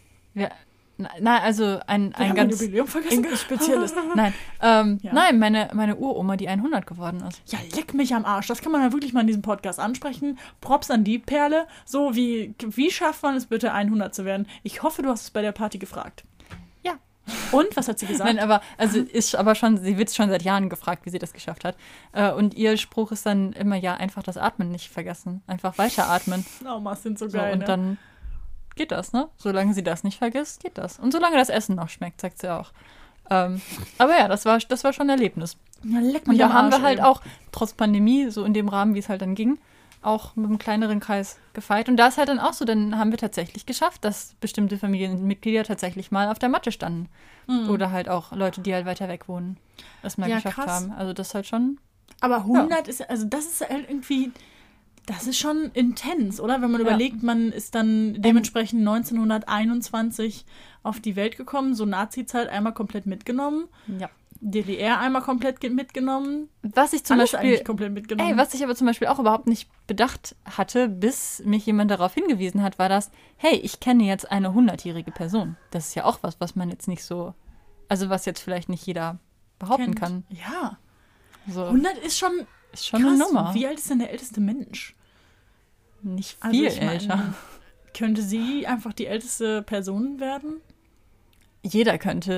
Also ein ganz Jubiläum vergessen. Spezielles. Nein, nein, meine Uroma, die 100 geworden ist. Ja, leck mich am Arsch. Das kann man ja wirklich mal in diesem Podcast ansprechen. Props an die Perle. So, wie schafft man es bitte, 100 zu werden? Ich hoffe, du hast es bei der Party gefragt. Ja. Und, was hat sie gesagt? Nein, aber, sie wird schon seit Jahren gefragt, wie sie das geschafft hat. Und ihr Spruch ist dann immer, einfach das Atmen nicht vergessen. Einfach weiter atmen. Omas sind so geil, und dann geht das, ne? Solange sie das nicht vergisst, geht das. Und solange das Essen noch schmeckt, sagt sie auch. Aber ja, das war schon ein Erlebnis. Ja, leck mich und da am haben Arsch, wir halt auch, trotz Pandemie, so in dem Rahmen, wie es halt dann ging, auch mit einem kleineren Kreis gefeiert. Und da ist halt dann auch so, dann haben wir tatsächlich geschafft, dass bestimmte Familienmitglieder tatsächlich mal auf der Matte standen. Oder halt auch Leute, die halt weiter weg wohnen, das mal geschafft haben. Also das ist halt schon... Aber 100 ist, also das ist halt irgendwie... Das ist schon intens, oder? Wenn man überlegt, man ist dann dementsprechend 1921 auf die Welt gekommen, so Nazi-Zeit einmal komplett mitgenommen. Ja. DDR einmal komplett mitgenommen. Was ich komplett mitgenommen. Was ich aber zum Beispiel auch überhaupt nicht bedacht hatte, bis mich jemand darauf hingewiesen hat, war das, hey, ich kenne jetzt eine 100-jährige Person. Das ist ja auch was man jetzt nicht so, also was jetzt vielleicht nicht jeder behaupten kann. Ja. So. 100 ist schon krass. Eine Nummer. Wie alt ist denn der älteste Mensch? Nicht viel älter. Könnte sie einfach die älteste Person werden? Jeder könnte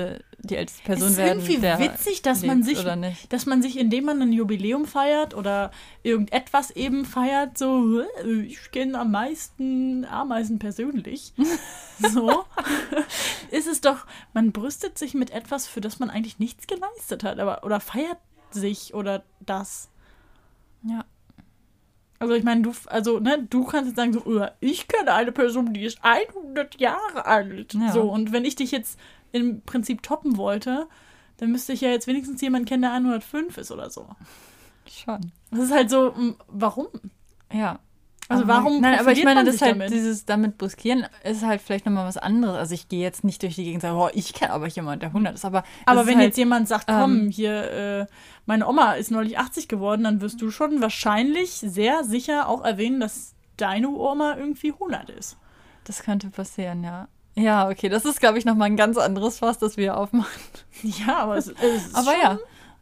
die älteste Person Es ist werden. irgendwie der witzig, dass lebt man sich, oder nicht. indem man ein Jubiläum feiert oder irgendetwas eben feiert, so, ich kenne am meisten Ameisen persönlich. So. Ist es doch, man brüstet sich mit etwas, für das man eigentlich nichts geleistet hat, oder feiert sich oder das. Ja. Also ich meine, du kannst jetzt sagen, so, ich kenne eine Person, die ist 100 Jahre alt. Ja. So, und wenn ich dich jetzt im Prinzip toppen wollte, dann müsste ich ja jetzt wenigstens jemanden kennen, der 105 ist oder so. Schon. Das ist halt so, warum? Ja. Also warum Nein, aber ich profiliert meine, man das sich halt, damit? dieses damit buskieren ist halt vielleicht nochmal was anderes. Also ich gehe jetzt nicht durch die Gegend und sage, ich kenne aber jemanden, der 100 ist. Aber wenn ist halt, jetzt jemand sagt, komm, hier, meine Oma ist neulich 80 geworden, dann wirst du schon wahrscheinlich sehr sicher auch erwähnen, dass deine Oma irgendwie 100 ist. das könnte passieren, ja. Ja, okay, das ist, glaube ich, nochmal ein ganz anderes Fass, das wir aufmachen. Ja, aber es ist Aber schon, ja,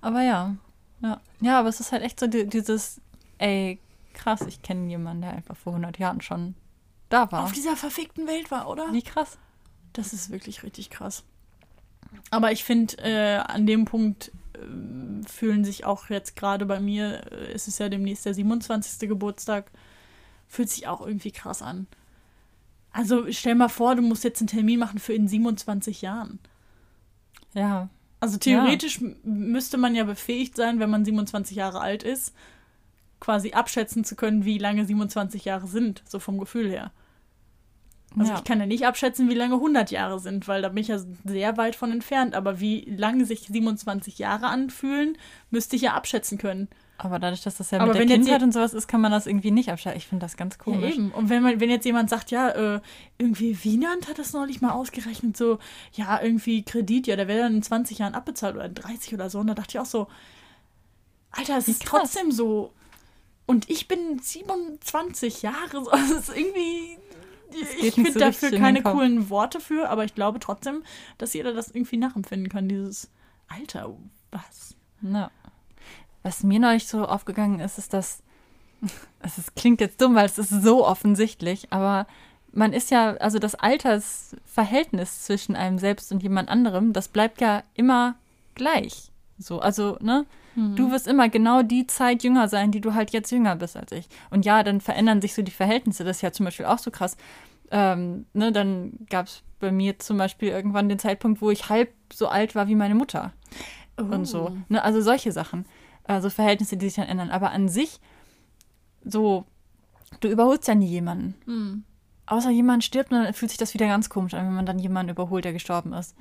Ja, aber es ist halt echt so dieses, ey, krass, ich kenne jemanden, der einfach vor 100 Jahren schon da war. auf dieser verfickten Welt war, oder? Wie krass. Das ist wirklich richtig krass. Aber ich finde, an dem Punkt fühlen sich auch jetzt gerade bei mir, es ist ja demnächst der 27. Geburtstag, fühlt sich auch irgendwie krass an. Also stell mal vor, du musst jetzt einen Termin machen für in 27 Jahren. Ja. Also theoretisch müsste man ja befähigt sein, wenn man 27 Jahre alt ist, quasi abschätzen zu können, wie lange 27 Jahre sind, so vom Gefühl her. Also ich kann ja nicht abschätzen, wie lange 100 Jahre sind, weil da bin ich ja sehr weit von entfernt. Aber wie lange sich 27 Jahre anfühlen, müsste ich ja abschätzen können. Aber dadurch, dass das ja Aber mit der wenn jetzt Kindheit und sowas ist, kann man das irgendwie nicht abschätzen. Ich finde das ganz komisch. Ja, eben. Und wenn jetzt jemand sagt, ja, irgendwie Wienand hat das neulich mal ausgerechnet, so, ja, irgendwie Kredit, ja, der wäre dann in 20 Jahren abbezahlt oder in 30 oder so. Und da dachte ich auch so, Alter, es ist krass. trotzdem so. Und ich bin 27 Jahre, so, also es ist irgendwie, ich finde so dafür richtig in den keine Kopf. coolen Worte für, aber ich glaube trotzdem, dass jeder das irgendwie nachempfinden kann, dieses Alter, was? Ja. Was mir neulich so aufgegangen ist, ist, dass, klingt jetzt dumm, weil es ist so offensichtlich, aber man ist ja, also das Altersverhältnis zwischen einem selbst und jemand anderem, das bleibt ja immer gleich. So, also, ne? Du wirst immer genau die Zeit jünger sein, die du halt jetzt jünger bist als ich. Und ja, dann verändern sich so die Verhältnisse. Das ist ja zum Beispiel auch so krass. Ne, dann gab es bei mir zum Beispiel irgendwann den Zeitpunkt, wo ich halb so alt war wie meine Mutter. Und so. Ne, also solche Sachen. Also Verhältnisse, die sich dann ändern. Aber an sich, so, du überholst ja nie jemanden. Außer jemand stirbt und dann fühlt sich das wieder ganz komisch an, wenn man dann jemanden überholt, der gestorben ist.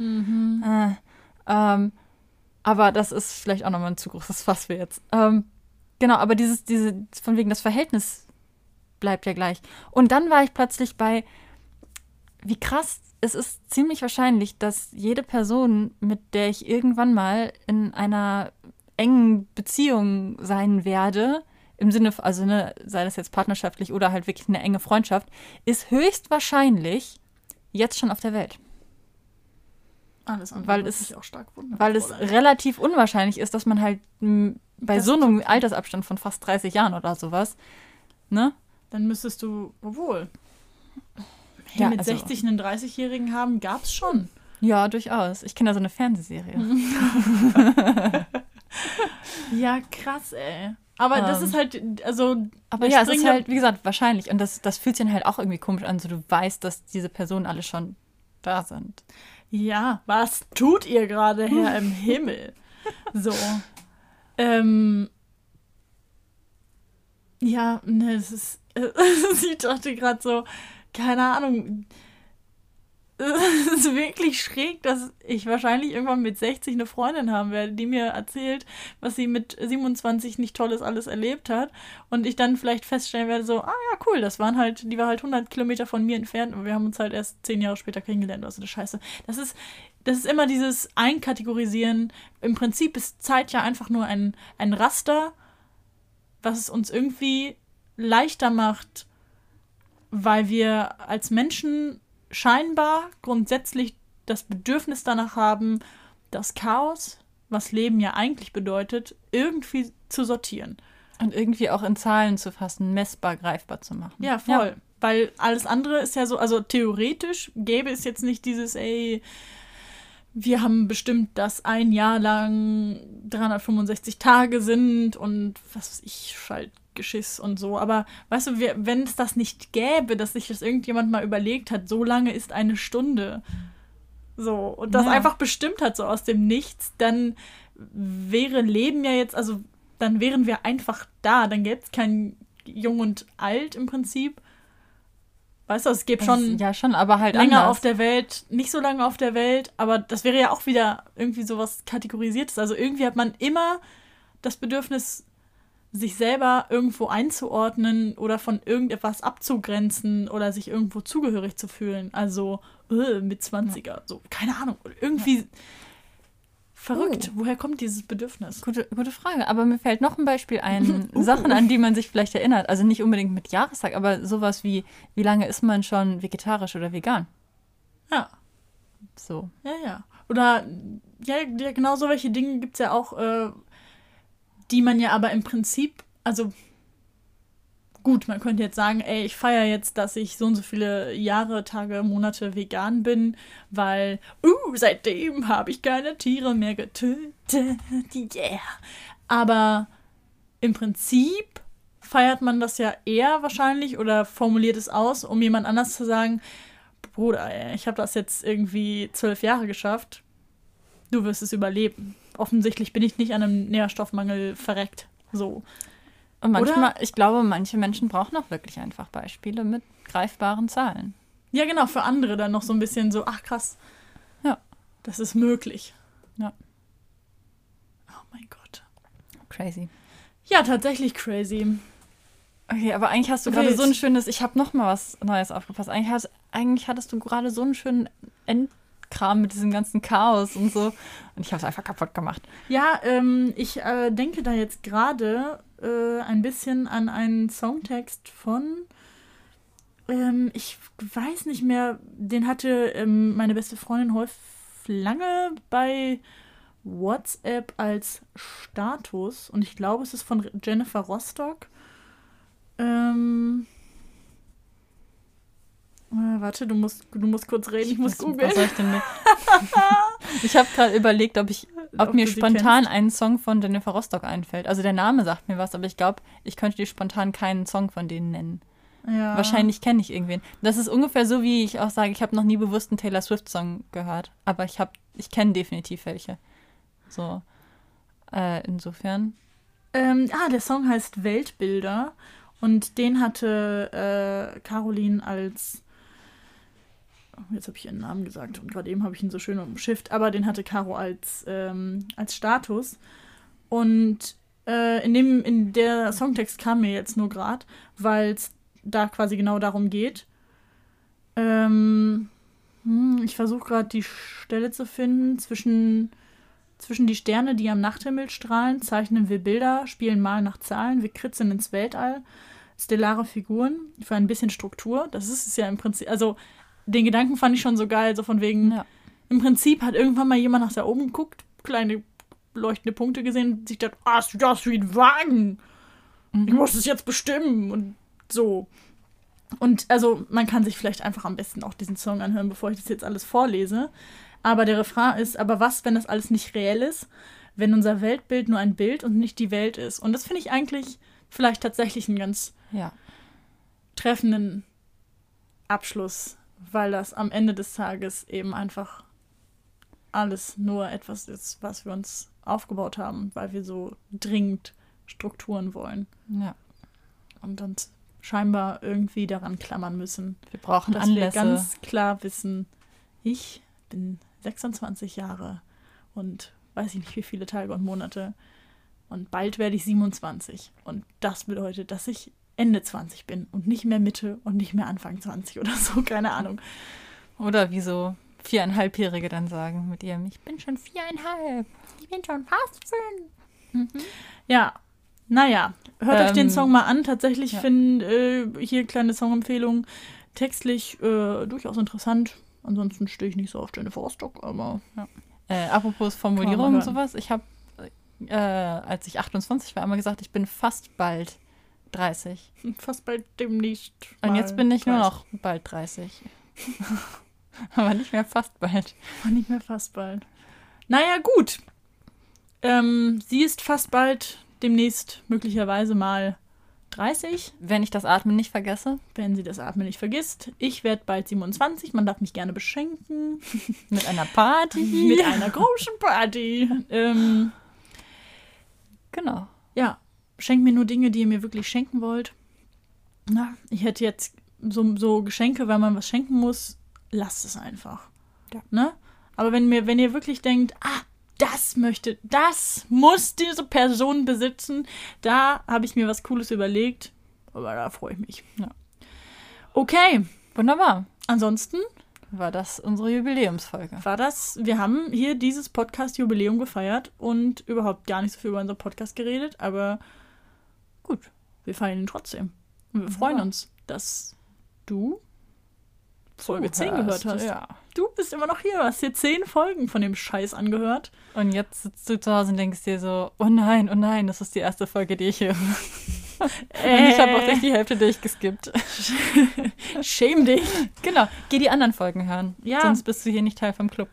Aber das ist vielleicht auch nochmal ein zu großes Fass für jetzt. Genau, aber von wegen das Verhältnis bleibt ja gleich. Und dann war ich plötzlich bei, wie krass, es ist ziemlich wahrscheinlich, dass jede Person, mit der ich irgendwann mal in einer engen Beziehung sein werde, im Sinne, also ne, sei das jetzt partnerschaftlich oder halt wirklich eine enge Freundschaft, ist höchstwahrscheinlich jetzt schon auf der Welt. Alles andere Weil würde es- mich auch stark wundern. Weil es relativ unwahrscheinlich ist, dass man halt bei Das so ist einem Altersabstand von fast 30 Jahren oder sowas, ne? Dann müsstest du, obwohl, Ja, mit also- 60 einen 30-Jährigen haben, gab's schon. Ja, durchaus. Ich kenne da so eine Fernsehserie. Ja, krass, ey. Aber das ist halt, also. Aber der ja, es ist springende- halt, wie gesagt, wahrscheinlich. Und das fühlt sich dann halt auch irgendwie komisch an, so du weißt, dass diese Personen alle schon da sind. Ja, was tut ihr gerade, Herr im Himmel? So. Ja, ne, es ist. Ich dachte gerade so, keine Ahnung. Es ist wirklich schräg, dass ich wahrscheinlich irgendwann mit 60 eine Freundin haben werde, die mir erzählt, was sie mit 27 nicht Tolles alles erlebt hat. Und ich dann vielleicht feststellen werde, so, ah ja, cool, die war halt 100 Kilometer von mir entfernt und wir haben uns halt erst 10 Jahre später kennengelernt. Also das Scheiße. Das ist immer dieses Einkategorisieren. Im Prinzip ist Zeit ja einfach nur ein Raster, was es uns irgendwie leichter macht, weil wir als Menschen scheinbar grundsätzlich das Bedürfnis danach haben, das Chaos, was Leben ja eigentlich bedeutet, irgendwie zu sortieren. Und irgendwie auch in Zahlen zu fassen, messbar, greifbar zu machen. Ja, voll. Weil alles andere ist ja so, also theoretisch gäbe es jetzt nicht dieses, ey, wir haben bestimmt, dass ein Jahr lang 365 Tage sind und was weiß ich, Schaltgeschiss und so. Aber weißt du, wenn es das nicht gäbe, dass sich das irgendjemand mal überlegt hat, so lange ist eine Stunde, so, und das einfach bestimmt hat, so aus dem Nichts, dann wäre Leben ja jetzt, also dann wären wir einfach da, dann gäbe es kein Jung und Alt im Prinzip. Weißt du, es gäbe schon, ja, schon, aber halt länger anders. auf der Welt, nicht so lange auf der Welt, aber das wäre ja auch wieder irgendwie sowas Kategorisiertes. Also irgendwie hat man immer das Bedürfnis, sich selber irgendwo einzuordnen oder von irgendetwas abzugrenzen oder sich irgendwo zugehörig zu fühlen. Also mit 20er, so, keine Ahnung. Irgendwie verrückt. Woher kommt dieses Bedürfnis? Gute Frage, aber mir fällt noch ein Beispiel ein, Sachen, an die man sich vielleicht erinnert. Also nicht unbedingt mit Jahrestag, aber sowas wie lange ist man schon vegetarisch oder vegan? Ja. So. Ja. Oder, ja, genau so welche Dinge gibt es ja auch, die man ja aber im Prinzip, also gut, man könnte jetzt sagen, ey, ich feiere jetzt, dass ich so und so viele Jahre, Tage, Monate vegan bin, weil, seitdem habe ich keine Tiere mehr getötet. Yeah. Aber im Prinzip feiert man das ja eher wahrscheinlich oder formuliert es aus, um jemand anders zu sagen, Bruder, ey, ich habe das jetzt irgendwie 12 Jahre geschafft. Du wirst es überleben. Offensichtlich bin ich nicht an einem Nährstoffmangel verreckt. So. Und manchmal, ich glaube, manche Menschen brauchen auch wirklich einfach Beispiele mit greifbaren Zahlen. Ja, genau, für andere dann noch so ein bisschen so, ach krass. Ja. Das ist möglich. Ja. Oh mein Gott. Crazy. Ja, tatsächlich crazy. Okay, aber eigentlich hast du gerade so ein schönes, ich habe noch mal was Neues aufgepasst. Eigentlich hattest du gerade so einen schönen Endkram mit diesem ganzen Chaos und so. Und ich habe es einfach kaputt gemacht. Ja, ich denke da jetzt gerade ein bisschen an einen Songtext von, ich weiß nicht mehr, den hatte meine beste Freundin lange bei WhatsApp als Status. Und ich glaube, es ist von Jennifer Rostock. Warte, du musst kurz reden, ich muss googeln. Was soll ich denn mit? Ich habe gerade überlegt, ob mir spontan ein Song von Jennifer Rostock einfällt. Also der Name sagt mir was, aber ich glaube, ich könnte dir spontan keinen Song von denen nennen. Ja. Wahrscheinlich kenne ich irgendwen. Das ist ungefähr so, wie ich auch sage, ich habe noch nie bewusst einen Taylor Swift-Song gehört. Aber ich kenne definitiv welche. So, insofern. Der Song heißt Weltbilder. Und den hatte Caroline als, jetzt habe ich ihren Namen gesagt und gerade eben habe ich ihn so schön umschifft, aber den hatte Caro als Status. Und in der Songtext kam mir jetzt nur gerade, weil es da quasi genau darum geht. Ich versuche gerade die Stelle zu finden. Zwischen die Sterne, die am Nachthimmel strahlen, zeichnen wir Bilder, spielen Mal nach Zahlen, wir kritzeln ins Weltall. Stellare Figuren für ein bisschen Struktur. Das ist es ja im Prinzip. Also, den Gedanken fand ich schon so geil, so von wegen, im Prinzip hat irgendwann mal jemand nach da oben geguckt, kleine leuchtende Punkte gesehen und sich gedacht, sieht aus wie ein Wagen. Ich muss es jetzt bestimmen und so. Und also, man kann sich vielleicht einfach am besten auch diesen Song anhören, bevor ich das jetzt alles vorlese. Aber der Refrain ist, aber was, wenn das alles nicht reell ist? Wenn unser Weltbild nur ein Bild und nicht die Welt ist? Und das finde ich eigentlich vielleicht tatsächlich einen ganz treffenden Abschluss, weil das am Ende des Tages eben einfach alles nur etwas ist, was wir uns aufgebaut haben, weil wir so dringend Strukturen wollen. Ja. Und uns scheinbar irgendwie daran klammern müssen. Wir brauchen dass Anlässe. Wir ganz klar wissen, ich bin 26 Jahre und weiß ich nicht, wie viele Tage und Monate. Und bald werde ich 27. Und das bedeutet, dass ich Ende 20 bin und nicht mehr Mitte und nicht mehr Anfang 20 oder so, keine Ahnung. Oder wie so 4,5-Jährige dann sagen mit ihrem, ich bin schon 4,5. Ich bin schon fast 5. Ja, naja, hört euch den Song mal an. Tatsächlich finde hier kleine Songempfehlungen textlich durchaus interessant. Ansonsten stehe ich nicht so auf Jennifer Rostock, aber apropos Formulierung und sowas, ich habe, als ich 28 war, immer gesagt, ich bin fast bald 30. Fast bald demnächst. Und jetzt bin ich nur noch bald 30. Aber nicht mehr fast bald. Aber nicht mehr fast bald. Naja, gut. Sie ist fast bald demnächst möglicherweise mal 30. Wenn ich das Atmen nicht vergesse. Wenn sie das Atmen nicht vergisst. Ich werde bald 27. Man darf mich gerne beschenken. Mit einer Party. Mit einer großen Party. Genau. Ja, schenkt mir nur Dinge, die ihr mir wirklich schenken wollt. Na, ich hätte jetzt so Geschenke, weil man was schenken muss. Lasst es einfach. Ja. Ne? Aber wenn ihr wirklich denkt, das muss diese Person besitzen, da habe ich mir was Cooles überlegt. Aber da freue ich mich. Ja. Okay. Wunderbar. Ansonsten war das unsere Jubiläumsfolge. Wir haben hier dieses Podcast-Jubiläum gefeiert und überhaupt gar nicht so viel über unseren Podcast geredet, aber gut, wir feiern ihn trotzdem. Und wir freuen uns, dass du Folge 10 gehört hast. Ja. Du bist immer noch hier, du hast dir 10 Folgen von dem Scheiß angehört. Und jetzt sitzt du zu Hause und denkst dir so, oh nein, das ist die erste Folge, die ich höre. Und ich habe auch nicht die Hälfte durchgeskippt. Schäm dich. Genau, geh die anderen Folgen hören. Ja. Sonst bist du hier nicht Teil vom Club.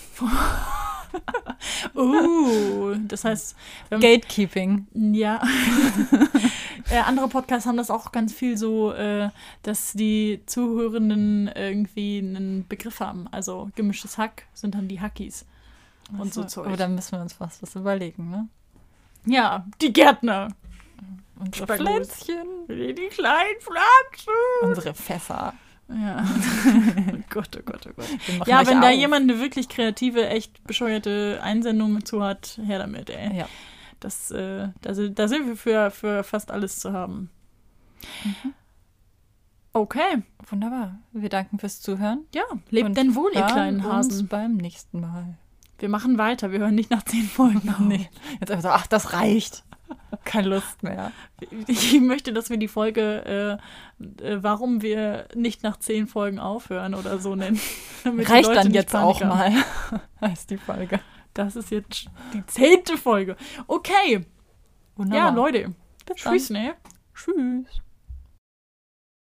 Das heißt... Gatekeeping. Ja. Andere Podcasts haben das auch ganz viel so, dass die Zuhörenden irgendwie einen Begriff haben. Also gemischtes Hack sind dann die Hackies. Und so Zeug. Aber da müssen wir uns was überlegen, ne? Ja, die Gärtner. Unsere Pflänzchen. Die kleinen Pflanzen. Unsere Pfeffer. Ja. Oh Gott, oh Gott, oh Gott. Ja, wenn da jemand eine wirklich kreative, echt bescheuerte Einsendung zu hat, her damit, ey. Ja. Da sind wir für fast alles zu haben. Mhm. Okay. Wunderbar. Wir danken fürs Zuhören. Ja, lebt denn wohl, ihr kleinen Hasen. Uns beim nächsten Mal. Wir machen weiter. Wir hören nicht nach 10 Folgen auf. Nee. Jetzt einfach so, ach, das reicht. Keine Lust mehr. Ich möchte, dass wir die Folge, warum wir nicht nach 10 Folgen aufhören oder so nennen. Reicht dann jetzt auch mal, heißt die Folge. Das ist jetzt die 10. Folge. Okay. Wunderbar. Ja, Leute. Bis Tschüss, dann. ne? Tschüss.